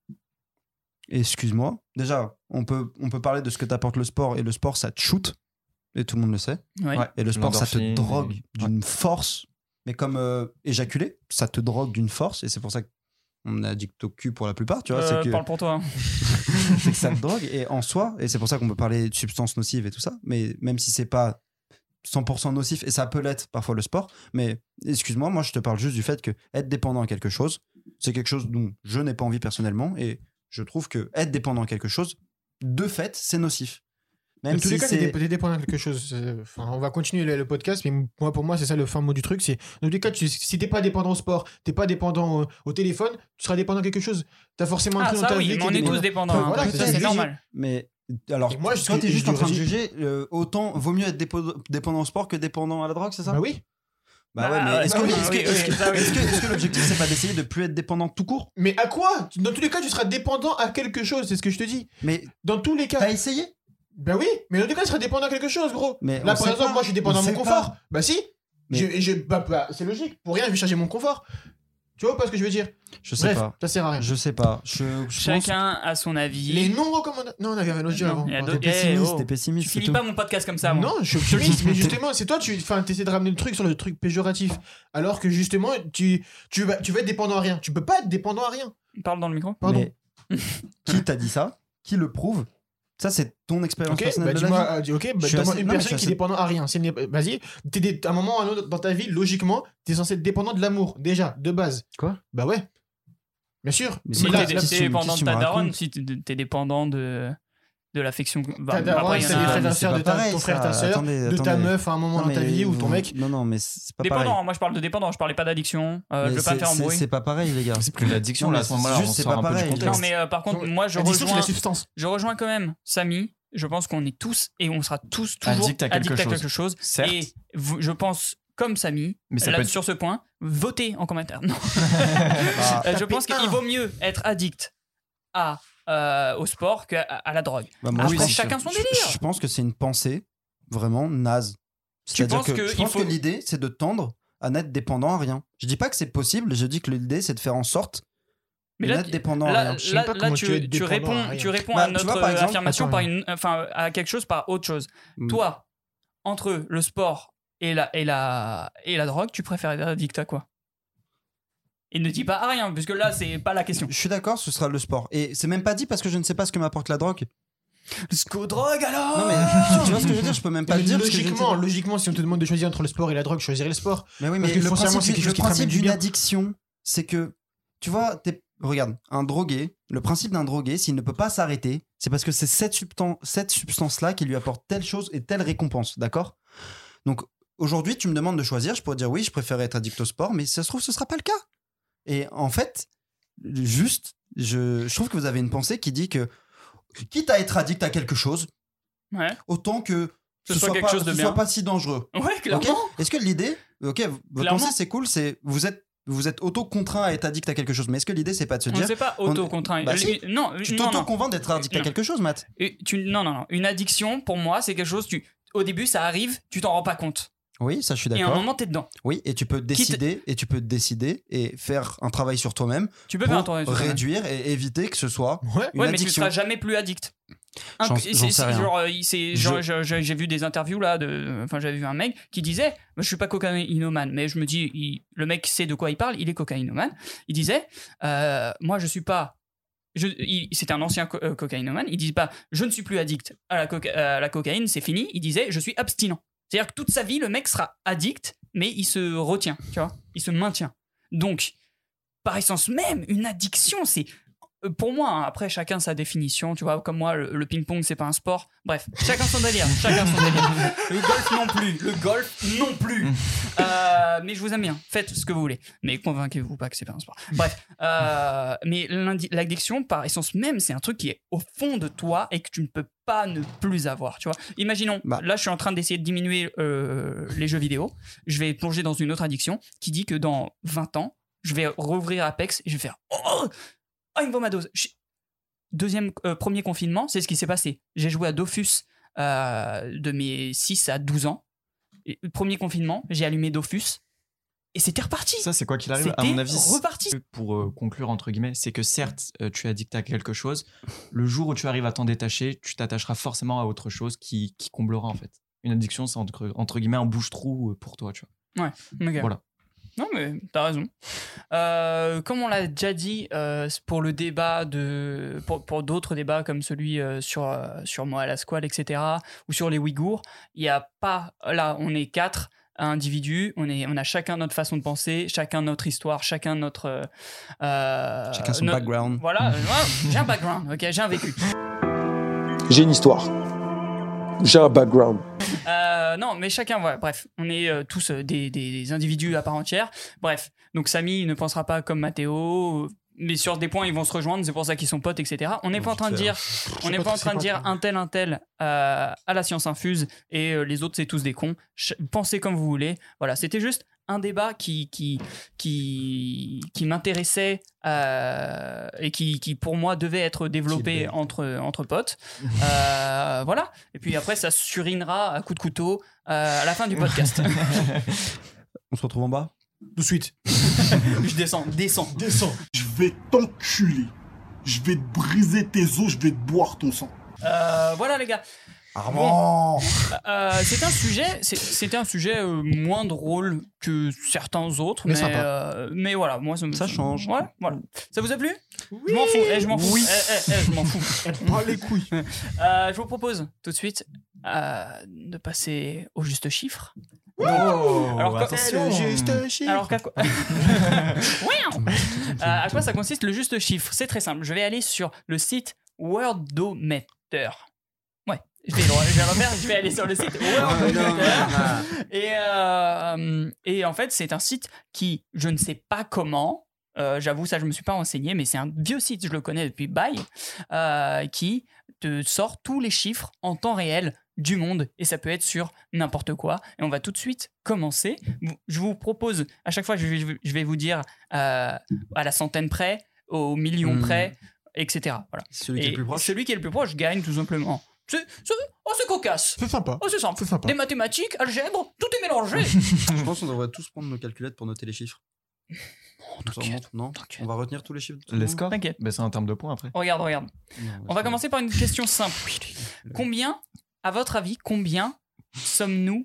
excuse-moi, déjà, on peut parler de ce que t'apporte le sport, et le sport, ça te shoot, et tout le monde le sait. Ouais. Ouais. Et le sport, ça te L'endorphine, drogue et- d'une force, mais comme éjaculer, ça te drogue d'une force, et c'est pour ça qu'on est addict au cul pour la plupart, tu vois, c'est que Parle pour toi. c'est que ça te drogue, et en soi, et c'est pour ça qu'on peut parler de substances nocives et tout ça, mais même si c'est pas 100% nocif, et ça peut l'être parfois le sport, mais excuse-moi, moi je te parle juste du fait que être dépendant à quelque chose, c'est quelque chose dont je n'ai pas envie personnellement, et je trouve que être dépendant à quelque chose, de fait, c'est nocif. Même Dans tous si les cas, c'est... t'es dépendant de quelque chose. Enfin, on va continuer le podcast, mais pour moi, c'est ça le fin mot du truc. C'est dans tous les cas, si t'es pas dépendant au sport, t'es pas dépendant au téléphone, tu seras dépendant à quelque chose. T'as forcément un Ah, truc dans ça ta oui, vie mais qui on est dépendant. tous dépendants. Ouais, hein. voilà, Ça, c'est ça, c'est je normal. Mais alors, Et moi, toi, t'es je juste en train de dirais- juger, autant vaut mieux être dépendant au sport que dépendant à la drogue, c'est ça? Bah oui. Bah ouais, mais ouais, est-ce bah que, oui, est-ce que- oui, est-ce que- oui, ça, oui. est-ce que l'objectif, c'est pas d'essayer de plus être dépendant tout court? Mais à quoi? Dans tous les cas, tu seras dépendant à quelque chose, c'est ce que je te dis. Mais Dans tous les cas. t'as essayé? Bah oui, mais dans tous les cas, tu seras dépendant à quelque chose, gros. Mais Là, on par sait exemple, pas. moi, je suis dépendant On à mon sait confort. pas. Bah si. Mais- Bah, c'est logique. Pour rien, je vais charger mon confort. Tu vois pas ce que je veux dire? Je sais Bref, pas. ça sert à rien. Je sais pas. Je pense... Chacun a son avis. Les non-recommandations. Non, on avait un autre jeu Non, avant. il y a Pardon. d'autres- T'es pessimiste, oh. t'es Tu pessimiste, c'est finis tout. pas mon podcast comme ça, moi. Non, je suis optimiste, mais justement, c'est toi, tu essaies de ramener le truc sur le truc péjoratif. Alors que justement, tu vas être dépendant à rien. Tu peux pas être dépendant à rien. Parle dans le micro. Pardon. Mais qui t'a dit ça? Qui le prouve? Ça, c'est ton expérience Ok, personnelle bah de la dis-moi, vie. ok, Je bah suis donne-moi assez- une non, mais je personne suis qui est assez- dépendant à rien. Vas-y, à un moment ou à un autre dans ta vie, logiquement, t'es censé être dépendant de l'amour, déjà, de base. Quoi? Bah ouais. Bien sûr. Mais Si c'est quoi, t'es qu'est-ce que tu- dépendant qu'est-ce de que tu ta me daronne, racontes? si t'es dépendant de l'affection. Ta daronne, Après, il y en c'est a- les frères et mais sœurs c'est de pas ton pareil, frère, ça. ta sœur, Attendez, de ta attendez. meuf à un moment Non, dans ta mais vie ou ton mec. Non, mais c'est pas pareil. Dépendant, moi je parle de dépendant, je parlais pas d'addiction. Je Mais veux pas faire embrouille. c'est pas pareil, les gars. C'est plus l'addiction Non, là mais à ce moment-là. juste, On c'est sort pas un peu du pareil. contexte. Non, mais par contre, moi je L'addiction, c'est la rejoins, substance. quand même Samy. Je pense qu'on est tous et on sera tous toujours Addict à quelque chose. Certes. Et je pense, comme Samy, Mais ça là, peut être- sur ce point, votez en commentaire. Non. Bah, Je pense qu'il vaut mieux être addict au sport qu'à la drogue. bah, moi, Après, je pense- chacun son je- délire. Je pense que c'est une pensée vraiment naze. C'est-à-dire penses que que je il pense faut- que l'idée, c'est de tendre à n'être dépendant à rien. Je dis pas que c'est possible, je dis que l'idée, c'est de faire en sorte Mais de là, n'être dépendant à Là, rien. Je sais pas comment tu es dépendant à rien. tu réponds Bah, à tu notre vois, par exemple, affirmation attends, à quelque chose par autre chose. Mm. Toi, entre le sport et la drogue, tu préfères être addict à quoi? Et ne dis pas à rien, puisque là, c'est pas la question. Je suis d'accord, ce sera le sport. Et c'est même pas dit parce que je ne sais pas ce que m'apporte la drogue. Sco-drogue alors? Non mais tu vois ce que je veux dire, je peux même pas le Mais dire. parce que je ne sais pas. logiquement, si on te demande de choisir entre le sport et la drogue, je choisirais le sport. Mais oui, Parce mais que le foncièrement, principe, c'est quelque chose le qui te ramène principe du d'une bien. addiction, c'est que, tu vois, regarde, un drogué, le principe d'un drogué, s'il ne peut pas s'arrêter, c'est parce que c'est cette substance-là qui lui apporte telle chose et telle récompense, d'accord? Donc, aujourd'hui, tu me demandes de choisir, je pourrais dire oui, je préfère être addict au sport, mais si ça se trouve, ce sera pas le cas. Et en fait, juste, je trouve que vous avez une pensée qui dit que, quitte à être addict à quelque chose, Ouais. autant que Ce soit quelque chose de ce bien. soit pas si dangereux. Ouais, clairement. Ok. Est-ce que l'idée, ok, votre Clairement. pensée c'est cool, c'est vous êtes auto-contraint à être addict à quelque chose, mais est-ce que l'idée c'est pas de se On dire, ne sait pas auto-contraint. Bah si. Non, tu non, non. t'auto-convaincs d'être addict à Non. quelque chose, Matt? Non. Une addiction, pour moi, c'est quelque chose, au début, ça arrive, tu t'en rends pas compte. Oui, ça je suis Et à un d'accord. moment, t'es dedans. Oui, et tu peux décider, et faire un travail sur toi-même Tu peux pour faire un tournoi sur toi-même. réduire et éviter que ce soit Ouais. une Ouais, mais tu addiction. seras jamais plus addict. J'en sais rien. J'ai vu des interviews là, j'avais vu un mec qui disait, je suis pas cocaïnomane, mais je me dis, le mec sait de quoi il parle, il est cocaïnomane. Il disait, moi je suis pas, c'était un ancien cocaïnomane, il disait pas, je ne suis plus addict à la cocaïne, c'est fini. Il disait, je suis abstinent. C'est-à-dire que toute sa vie, le mec sera addict, mais il se retient, tu vois, il se maintient. Donc, par essence même, une addiction, c'est Pour moi, hein, après chacun sa définition, tu vois, comme moi, le ping-pong c'est pas un sport. Bref, chacun son délire, Le golf non plus. Mais je vous aime bien, faites ce que vous voulez. Mais convainquez-vous pas que c'est pas un sport. Bref, mais l'addiction, par essence même, c'est un truc qui est au fond de toi et que tu ne peux pas ne plus avoir, tu vois. Imaginons, là je suis en train d'essayer de diminuer les jeux vidéo, je vais plonger dans une autre addiction qui dit que dans 20 ans, je vais rouvrir Apex et je vais faire il me vaut ma dose. Premier confinement, c'est ce qui s'est passé. J'ai joué à Dofus de mes 6 à 12 ans. Et, premier confinement, j'ai allumé Dofus et c'était reparti. Ça, c'est quoi qu'il arrive, à C'était mon avis. reparti. Pour conclure, entre guillemets, c'est que certes, tu es addict à quelque chose. Le jour où tu arrives à t'en détacher, tu t'attacheras forcément à autre chose qui comblera, en fait. Une addiction, c'est entre guillemets un bouche-trou pour toi, tu vois. Ouais, okay. Voilà. Non, mais t'as raison. Comme on l'a déjà dit, pour le débat pour d'autres débats comme celui sur moi à la squale, etc., ou sur les Ouïghours, il n'y a pas. Là, on est 4 individus, on a chacun notre façon de penser, chacun notre histoire, chacun notre. Chacun son background. Voilà, j'ai un background, ok, j'ai un vécu. J'ai une histoire. J'ai un background. Non, mais chacun, ouais, bref, on est tous des individus à part entière. Bref, donc Samy ne pensera pas comme Mathéo, mais sur des points ils vont se rejoindre, c'est pour ça qu'ils sont potes, etc. On n'est pas en train de dire, un tel à la science infuse et les autres c'est tous des cons. Pensez comme vous voulez. Voilà, c'était juste un débat qui m'intéressait et qui pour moi devait être développé entre potes. Voilà. Et puis après ça surinera à coups de couteau à la fin du podcast. On se retrouve en bas. Tout de suite. Je descends. Je vais t'enculer. Je vais te briser tes os, je vais te boire ton sang. Voilà les gars. Armand. C'était un sujet moins drôle que certains autres, mais sympa. Mais voilà, moi ça change. Ouais, voilà. Ça vous a plu? Oui. Je m'en fous. Je m'en fous. Pas les couilles. Je vous propose tout de suite de passer au juste chiffre. Alors, attention. Le juste chiffre. Alors à quoi ça consiste le juste chiffre? C'est très simple. Je vais aller sur le site Wordometer. Ouais, je vais aller sur le site Wordometer. Et en fait, c'est un site qui, je ne sais pas comment, j'avoue, ça je me suis pas renseigné, mais c'est un vieux site, je le connais depuis bail, qui te sort tous les chiffres en temps réel du monde, et ça peut être sur n'importe quoi. Et on va tout de suite commencer. Je vous propose, à chaque fois, je vais vous dire à la centaine près, au million près, etc. Voilà. Celui qui est le plus proche. Celui qui est le plus proche gagne, tout simplement. C'est cocasse. C'est sympa. C'est simple. C'est sympa. Des mathématiques, algèbre, tout est mélangé. Je pense qu'on devrait tous prendre nos calculettes pour noter les chiffres. Non, on va retenir tous les chiffres. Les scores. T'inquiète. Ben, c'est en termes de points après. Regarde. On va commencer par une question simple. Combien, à votre avis, sommes-nous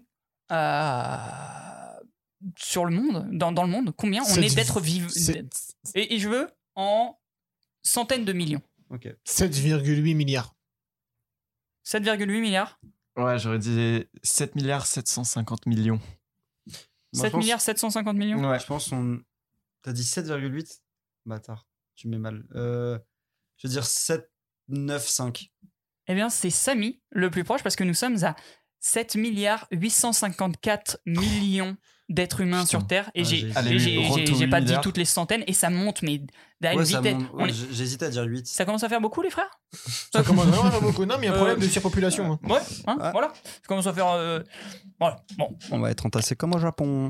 sur le monde, dans le monde? Combien on est d'êtres vivants? Et je veux en centaines de millions. Ok. 7,8 milliards. 7,8 milliards. Ouais, j'aurais dit 7 milliards 750 millions. 7 milliards 750 millions. Ouais. Je pense on. T'as dit 7,8 ? Bâtard, tu mets mal. Je veux dire 7,95. Eh bien, c'est Samy le plus proche parce que nous sommes à 7 milliards 854 millions d'êtres humains sur Terre. Et j'ai pas dit toutes les centaines et ça monte, mais à une vitesse. J'hésitais à dire 8. Ça commence à faire beaucoup, les frères? Ça commence vraiment à faire beaucoup. Non, mais il y a un problème de surpopulation. Ouais, voilà. Ça commence à faire. Voilà, bon. On va être entassé comme au Japon.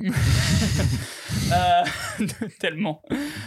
Tellement.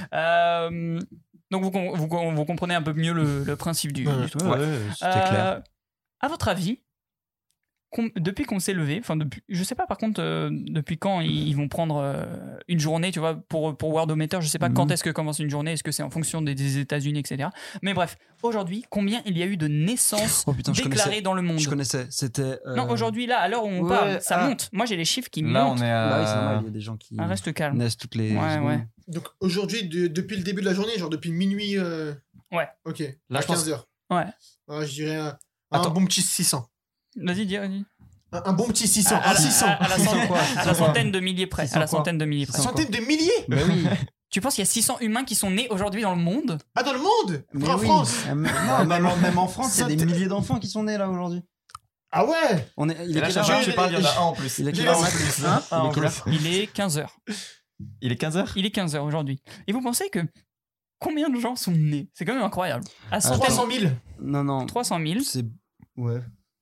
Donc, vous comprenez un peu mieux le principe du truc. Ouais, c'était clair. À votre avis, depuis qu'on s'est levé, enfin je sais pas par contre depuis quand ils vont prendre une journée, tu vois, pour Wordometer, je sais pas quand est-ce que commence une journée, est-ce que c'est en fonction des États-Unis, etc. Mais bref, aujourd'hui, combien il y a eu de naissances déclarées dans le monde? Je connaissais, c'était. Non, aujourd'hui, là, à l'heure où on parle, ça monte. Moi, j'ai les chiffres qui là, montent. On est à... Bah oui, c'est normal, il y a des gens qui reste calme. naissent toutes les. Ouais. Donc aujourd'hui, depuis le début de la journée, genre depuis minuit. Ouais. Ok. Là, à 15h. Ouais. Je dirais un bon petit 600. Vas-y, dis. Un bon petit 600. À la centaine de milliers près. À la centaine de milliers près. Centaine de milliers? Mais oui. Tu penses qu'il y a 600 humains qui sont nés aujourd'hui dans le monde? Ah, dans le monde? Mais En oui. France? Même en France, il y a Ça des milliers d'enfants qui sont nés là aujourd'hui. Ah ouais? Il Et est là, quelle chaque heure fois que tu parles, il y en a un en plus. Il est quelle heure, Max Hein Il est quelle heure Il est 15h. Il est 15h. Il est 15h aujourd'hui. Et vous pensez que combien de gens sont nés? C'est quand même incroyable. À centaines- 300 000. Non. 300 000. C'est. Ouais.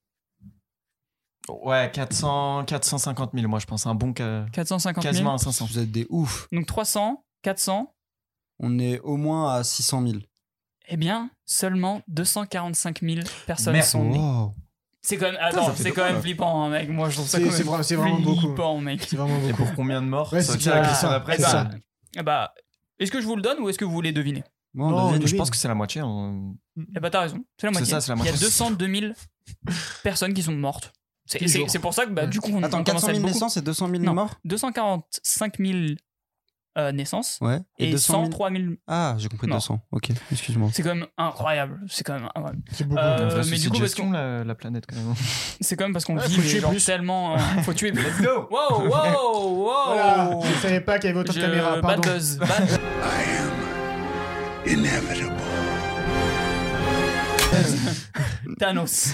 Ouais, 450 000, moi je pense. Un bon 450 000. quasiment à 500. Vous êtes des oufs. Donc 300, 400. On est au moins à 600 000. Eh bien, seulement 245 000 personnes Merde. sont nées. Wow. C'est quand même, attends, ça fait c'est quand beaucoup, même là. flippant, hein, mec. Moi, je trouve ça C'est- quand c'est même vrai- c'est vraiment beaucoup. flippant, mec. C'est vraiment Et beaucoup. pour combien de morts? Ouais, Ça, c'est c'est la ça, question ça, d'après. c'est ça. ça. Eh bah, est-ce que je vous le donne ou est-ce que vous voulez deviner? Bon, Non, devine. Je pense que c'est la moitié. Eh bah, t'as raison. C'est la C'est moitié. ça, c'est la Il y a moitié. 202 000 personnes qui sont mortes. Tous les jours. C'est pour ça que, bah, du coup, on Attends, on commence 400 à être 000 beaucoup. naissances et 200 000 Non. morts 245 000 naissances Ouais. et 200 000 103 000. Ah, j'ai compris Non. 200. Ok, excuse-moi. C'est quand même incroyable. C'est quand même incroyable. C'est beaucoup. Mais du coup, parce qu'on la planète quand même. c'est quand même parce qu'on Ouais, vit faut mais tuer genre plus. tellement. Faut tuer. Let's go. Wow, wow, wow. Voilà, je savais pas qu'il y avait autant de caméras, Bad pardon. buzz. Bad Thanos.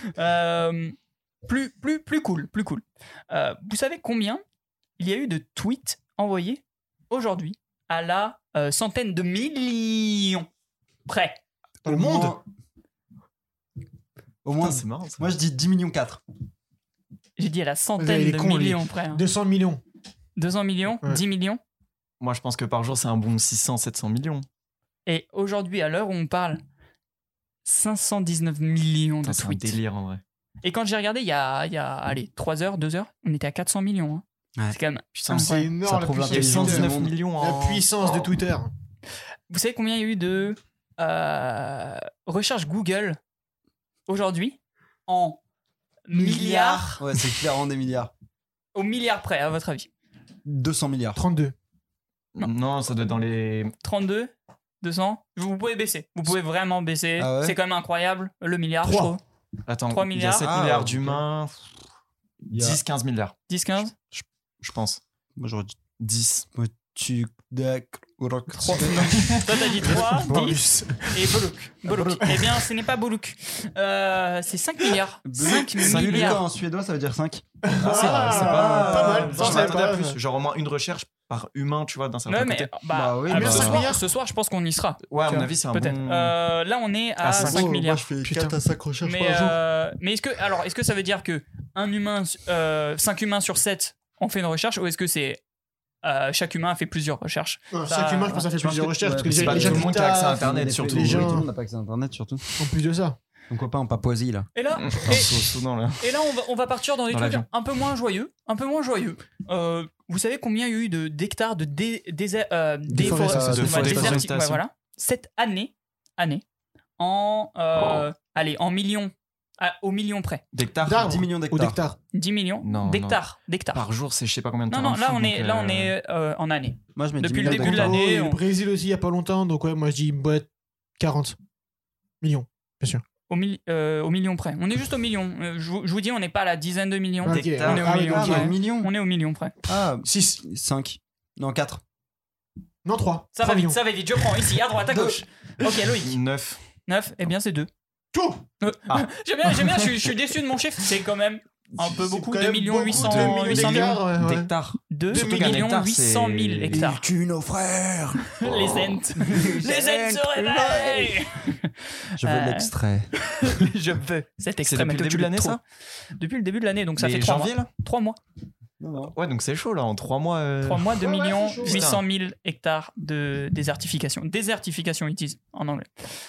Plus cool. Vous savez combien il y a eu de tweets envoyés aujourd'hui à la centaine de millions près? Dans le monde? Au moins, Putain, c'est marrant ça. moi je dis 10 millions 4. J'ai dit à la Il centaine est de con, lui. millions près. hein. 200 millions. 200 millions, Ouais. 10 millions. Moi je pense que par jour c'est un bon 600-700 millions. Et aujourd'hui, à l'heure où on parle, 519 millions de Putain, c'est un tweets. délire en vrai. Et quand j'ai regardé il y a allez, 3 heures, 2 heures, on était à 400 millions. hein. Ouais. C'est quand même. Putain, C'est énorme, ça la prouve il y a puissance de Twitter. 119 millions en... La puissance de Twitter. Vous savez combien il y a eu de recherches Google aujourd'hui en milliards, Ouais, c'est clairement des milliards. au milliard près, à votre avis? 200 milliards. 32. Non, ça doit être dans les... 32 200 Vous pouvez baisser. Vous pouvez vraiment baisser. Ah ouais C'est quand même incroyable. Le milliard, 3. je trouve. Attends, 3 il y a milliards. 7 Ah, milliards ok. d'humains, Il y a- 10-15 milliards, 10, 15 je pense. Moi j'aurais dit 10. tu. Toi, t'as dit 3, 10 Bonus. et Boluk. Eh bien, ce n'est pas Boluk. C'est 5 milliards. 5 milliards milliards. en suédois, ça veut dire 5. C'est pas mal. Je Ça, je savais m'attendais à pas. plus. Genre au moins une recherche par humain, tu vois, d'un certain Ouais, mais côté. Bah oui, ah, mais ce, bah, soir, ce soir, je pense qu'on y sera. Ouais, à Tu mon vois, avis, c'est un peut-être. bon... Là, on est à À 5 cinq. milliards. fais Putain. 4 à 5 recherches Mais est-ce que ça veut dire que 5 humains sur 7 ont fait une recherche, ou est-ce que c'est chaque humain a fait plusieurs recherches? Chaque humain, je pense que ça fait je pense plusieurs que- recherches. ouais, Parce que c'est les pas gens tout le monde qui a accès à Internet, Les surtout. les gens- Tout le monde n'a pas accès à Internet, surtout. En plus de ça. Donc, pas en Papouasie, là. Et là, là. et là on va partir dans des Dans trucs l'avion. un peu moins joyeux. Vous savez combien il y a eu d'hectares de Déforestation. désertification, ouais, voilà. Cette année en en millions, au million près. D'hectares D'arbres. 10 millions Ou d'hectares. d'hectares. 10 millions Non, d'hectares. Par jour, c'est je sais pas combien de temps. Non, là on est en année. Moi, je mets 10 Depuis le millions début de d'hectares. l'année, Et on- le Brésil aussi, il y a pas longtemps. Donc, ouais, moi, je dis une boîte 40 millions. Bien sûr. Au million près. On est juste au million. Je vous dis, on n'est pas à la dizaine de millions. Ok. d'hectares. On est au Ah oui, million. ok. Ah, près. un million. On est au million près. Ah, 6. 5. Non, 4. Non, 3. Ça va vite, ça va vite. Je prends ici, à droite, à gauche. Ok, Loïc. 9. 9, eh bien c'est 2. Tout. J'aime bien, je suis déçu de mon chiffre. C'est quand même un peu beaucoup. 2 millions 800 000. D'hectares. 2 Surtout qu'un millions hectare, 800 000 c'est- hectares. tue nos frères. Les Ents. Les Ents se réveillent. Je veux l'extrait. Je veux cet C'est extrait. depuis le Mathieu, début tu de l'année, l'as trop. ça Depuis le début de l'année, donc ça Mais fait 3 janvier, mois. là 3 mois. Ouais, donc c'est chaud là, en 3 mois. 3 mois, 2 Ouais, millions c'est chaud. 800 000 hectares de désertification. Désertification, it is, en anglais.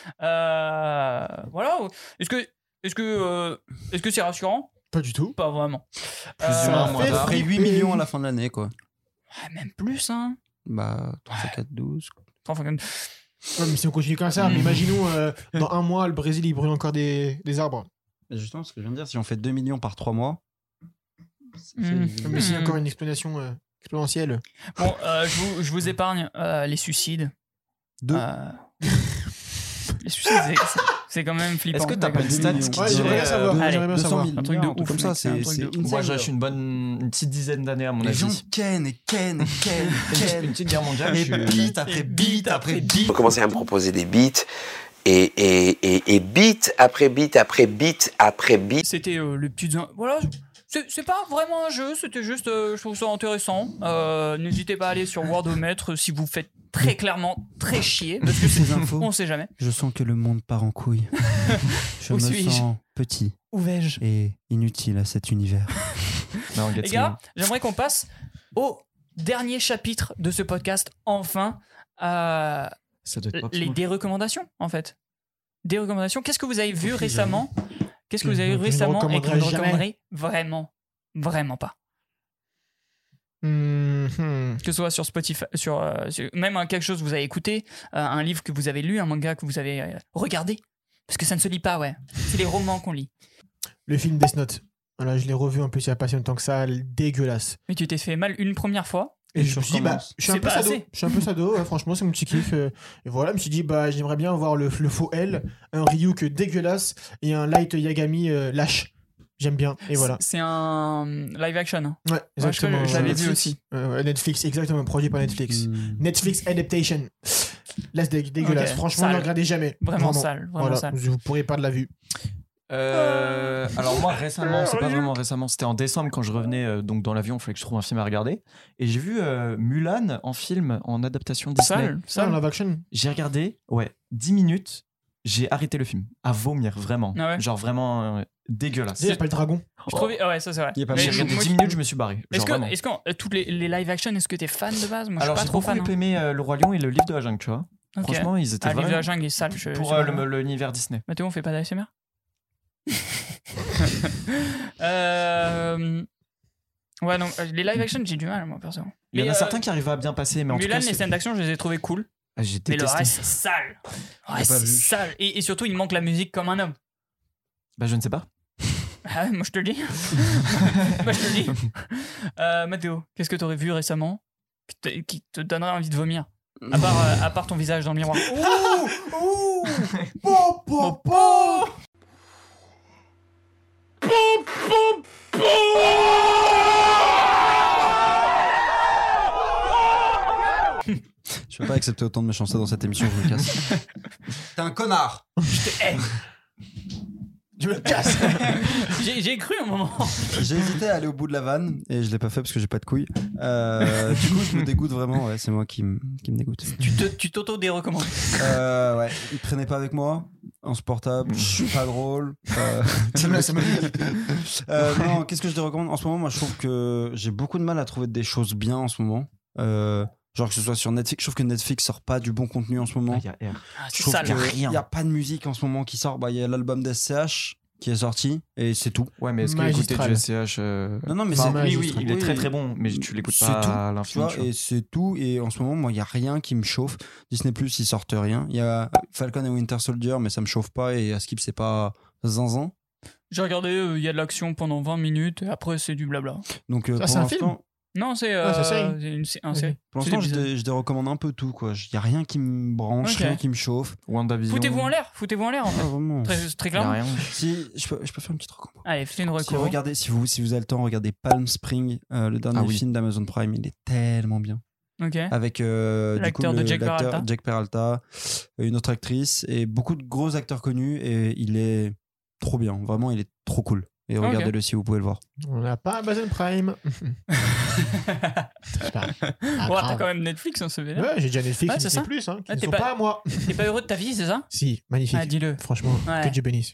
Voilà. Est-ce que c'est rassurant? Pas du tout. Pas vraiment. Plus d'humains, ça moins fait d'arbres. Après 8 millions à la fin de l'année, quoi. Ouais, même plus, hein. Bah, 3 x 4, 12. Enfin, Ouais, mais si on continue comme ça, mais imaginons dans un mois, le Brésil, il brûle encore des arbres. Et justement, ce que je viens de dire, si on fait 2 millions par 3 mois. ça fait- Mais s'il y a encore une explanation exponentielle. Bon, je vous épargne les suicides. 2. Les suicides, C'est quand même flippant. Est-ce que t'as pas une stat qui Ouais, dirait, j'aimerais bien savoir. allez, J'aimerais bien 200 savoir. 000 Un truc de un truc ouf, comme ça, mec, c'est un truc de ouf. Moi, insane. je suis une petite dizaine d'années à mon Les gens avis. ken et ken et ken et ken. Une petite guerre mondiale. Et je suis- beat après beat après beat. On commençait à me proposer des beats et beat après beat après beat après beat. C'était les petites. Voilà. C'est pas vraiment un jeu, c'était juste, je trouve ça intéressant. N'hésitez pas à aller sur Wordomètre si vous faites très clairement très chier, parce que Ces infos. on sait jamais. Je sens que le monde part en couille. Je Où me suis-je sens petit Où vais-je? et inutile à cet univers. Non, Les gars, j'aimerais qu'on passe au dernier chapitre de ce podcast, enfin. ça doit être pas Les plus des recommandations, en fait. Des recommandations. Qu'est-ce que vous avez vu Ok, récemment? Qu'est-ce que vous avez vu Je ne récemment et que vous ne recommanderai jamais. recommanderez vraiment pas? Que ce soit sur Spotify, sur même quelque chose que vous avez écouté, un livre que vous avez lu, un manga que vous avez regardé. Parce que ça ne se lit pas, ouais. C'est les romans qu'on lit. Le film Death Note. Voilà, je l'ai revu en plus il y a pas si longtemps que ça, dégueulasse. Mais tu t'es fait mal une première fois. Et je me suis dit, bah, je suis un C'est peu pas sado. assez. Je suis un peu sado, ouais, franchement, c'est mon petit kiff. Et voilà, je me suis dit, bah, j'aimerais bien voir le faux L, un Ryuk dégueulasse et un Light Yagami lâche. J'aime bien. Et voilà. C'est un live action. Hein. Ouais, exactement. je l'avais Ouais. vu aussi. Netflix, exactement, produit par Netflix. Hmm. Netflix Adaptation. Là, c'est dégueulasse. Ok, Franchement, sale. ne regardez jamais. Vraiment sale. Vraiment Voilà, sale. vous pourrez pas de la vue. Alors moi récemment, c'est pas vraiment récemment, c'était en décembre quand je revenais donc dans l'avion, il fallait que je trouve un film à regarder et j'ai vu Mulan en film en adaptation Disney. Sale. Ça, en Sale. live action. J'ai regardé 10 minutes, j'ai arrêté le film à vomir vraiment. Ah ouais. Genre vraiment dégueulasse. Il n'y a pas le dragon. Je trouvais. Ouais, ça c'est vrai. Il y a pas Mais J'ai regardé moi, 10 minutes, je me suis barré. Est-ce Genre vraiment. que toutes les live action, est-ce que t'es fan de base? Moi, Alors je j'ai suis pas trop beaucoup fan. aimé Le Roi Lion et le livre de la jungle, tu vois. Ok. Franchement, ils étaient Ah, le livre de la vraiment jungle est sale. pour l'univers Disney. Mathéo, on fait pas d'ASMR? Ouais, non, les live action, j'ai du mal, moi, perso. Il y en Mais, a certains qui arrivent à bien passer, mais en tout Mulan, cas, les scènes d'action, je les ai trouvées cool. j'ai Mais le détesté. reste, c'est sale. Ouais, J'ai pas c'est vu. sale. Et surtout, il manque la musique comme un homme. Bah je ne sais pas. Ah ouais, moi, je te le dis. Moi, je te le dis. Mathéo, qu'est-ce que t'aurais vu récemment qui te donnerait envie de vomir? À part ton visage dans le miroir. Je peux pas accepter autant de méchanceté dans cette émission, je me casse. T'es un connard. Je me casse. J'ai cru un moment. J'ai hésité à aller au bout de la vanne et je l'ai pas fait parce que j'ai pas de couilles. Du coup, je me dégoûte vraiment. Ouais, c'est moi qui me dégoûte. Tu t'auto-dérecommandes. Ouais, prenez pas avec moi. Insupportable, je suis pas drôle. Non, qu'est-ce que je te recommande? En ce moment, moi, je trouve que j'ai beaucoup de mal à trouver des choses bien en ce moment. Genre que ce soit sur Netflix, je trouve que Netflix sort pas du bon contenu en ce moment. Il y a R. Ah, Je c'est trouve sale. qu'il y a pas de musique en ce moment qui sort. Bah, il y a l'album d'SCH qui est sorti et c'est tout. Ouais, mais est-ce que écouter Magistral. du SCH Non, mais enfin, c'est oui, magistral. il est très Oui. très bon, mais tu l'écoutes C'est pas tout, à tu l'infini. vois, tu vois. et c'est tout. Et en ce moment, moi, il y a rien qui me chauffe. Disney Plus, ils sortent rien. Il y a Falcon et Winter Soldier, mais ça me chauffe pas. Et à Skip, c'est pas zinzin. J'ai regardé, il y a de l'action pendant 20 minutes, et après, c'est du blabla. Donc, Ça, pour c'est un l'instant, Non, c'est c'est série. un série. pour C'est l'instant, des épisodes. je te recommande un peu tout, quoi. Il y a rien qui me branche, Ok. rien qui me chauffe. WandaVision. Foutez-vous en l'air, en Ah, fait. vraiment. Très Il y a clairement. rien. Si, je peux faire une petite recommande. Allez, fais une Si, reco. si vous avez le temps, regardez Palm Spring, le dernier Ah oui. film d'Amazon Prime. Il est tellement bien. Ok. Avec du coup, L'acteur de Jake l'acteur Peralta. Jake Peralta, une autre actrice et beaucoup de gros acteurs connus. Et il est trop bien. Vraiment, il est trop cool. Et Ok. regardez-le si vous pouvez le voir. On n'a pas Amazon Prime. C'est pas- Ah, Ouais, t'as grave. quand même Netflix, on se fait bien. Ouais, j'ai déjà Netflix, Ouais, c'est Disney ça. Plus, hein, qui Ouais, ne t'es sont pas- pas à moi. T'es pas heureux de ta vie, c'est ça? Si, magnifique. Ah, dis-le. Franchement, Ouais. que Dieu bénisse.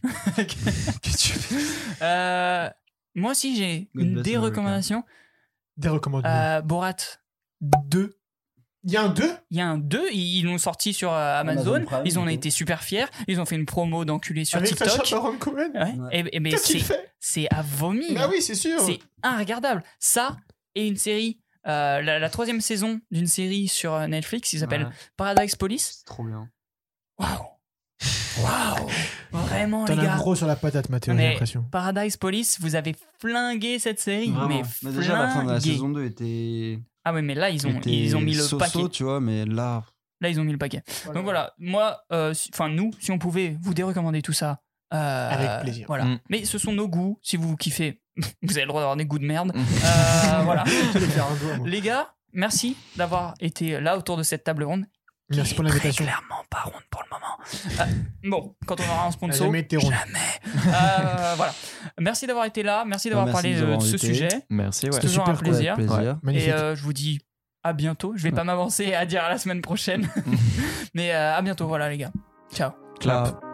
Moi aussi, j'ai God une bless des America. recommandations. Des recommandations. Borat 2. Il y a un 2 Il y a un 2, ils l'ont sorti sur Amazon. Amazon Prime, Ils en ont du coup. été super fiers. Ils ont fait une promo d'enculé sur avec Sacha TikTok. Baron Cohen. Ouais. Ouais. Mais Qu'est-ce qu'il fait c'est à vomir. Bah oui, c'est sûr. C'est inregardable. Ça et une série, la troisième saison d'une série sur Netflix, qui s'appelle Ouais. Paradise Police. C'est trop bien. Waouh! Waouh! Vraiment, T'en les as gars. gros sur la patate, Mathéo, Mais- j'ai l'impression. Paradise Police, vous avez flingué cette série. Vraiment. Mais déjà, la fin de la flingué. saison 2 était Ah ouais, mais là, ils ont mis le so-so, paquet. tu vois, mais là, Là, ils ont mis le paquet. Donc voilà, moi, nous, si on pouvait vous dérecommander tout ça. Avec plaisir. Voilà. Mais ce sont nos goûts. Si vous kiffez, vous avez le droit d'avoir des goûts de merde. Voilà. Les gars, merci d'avoir été là autour de cette table ronde. Merci pour l'invitation. Clairement pas ronde pour le moment. Bon, quand on aura un sponsor. Jamais été ronde. Voilà. Merci d'avoir été là. Merci d'avoir Merci parlé de nous avoir de ce invités. sujet. Merci, ouais. C'est toujours un plaisir. Magnifique. Et je vous dis à bientôt. Je vais pas m'avancer à dire à la semaine prochaine. Mais à bientôt, voilà les gars. Ciao. Clap.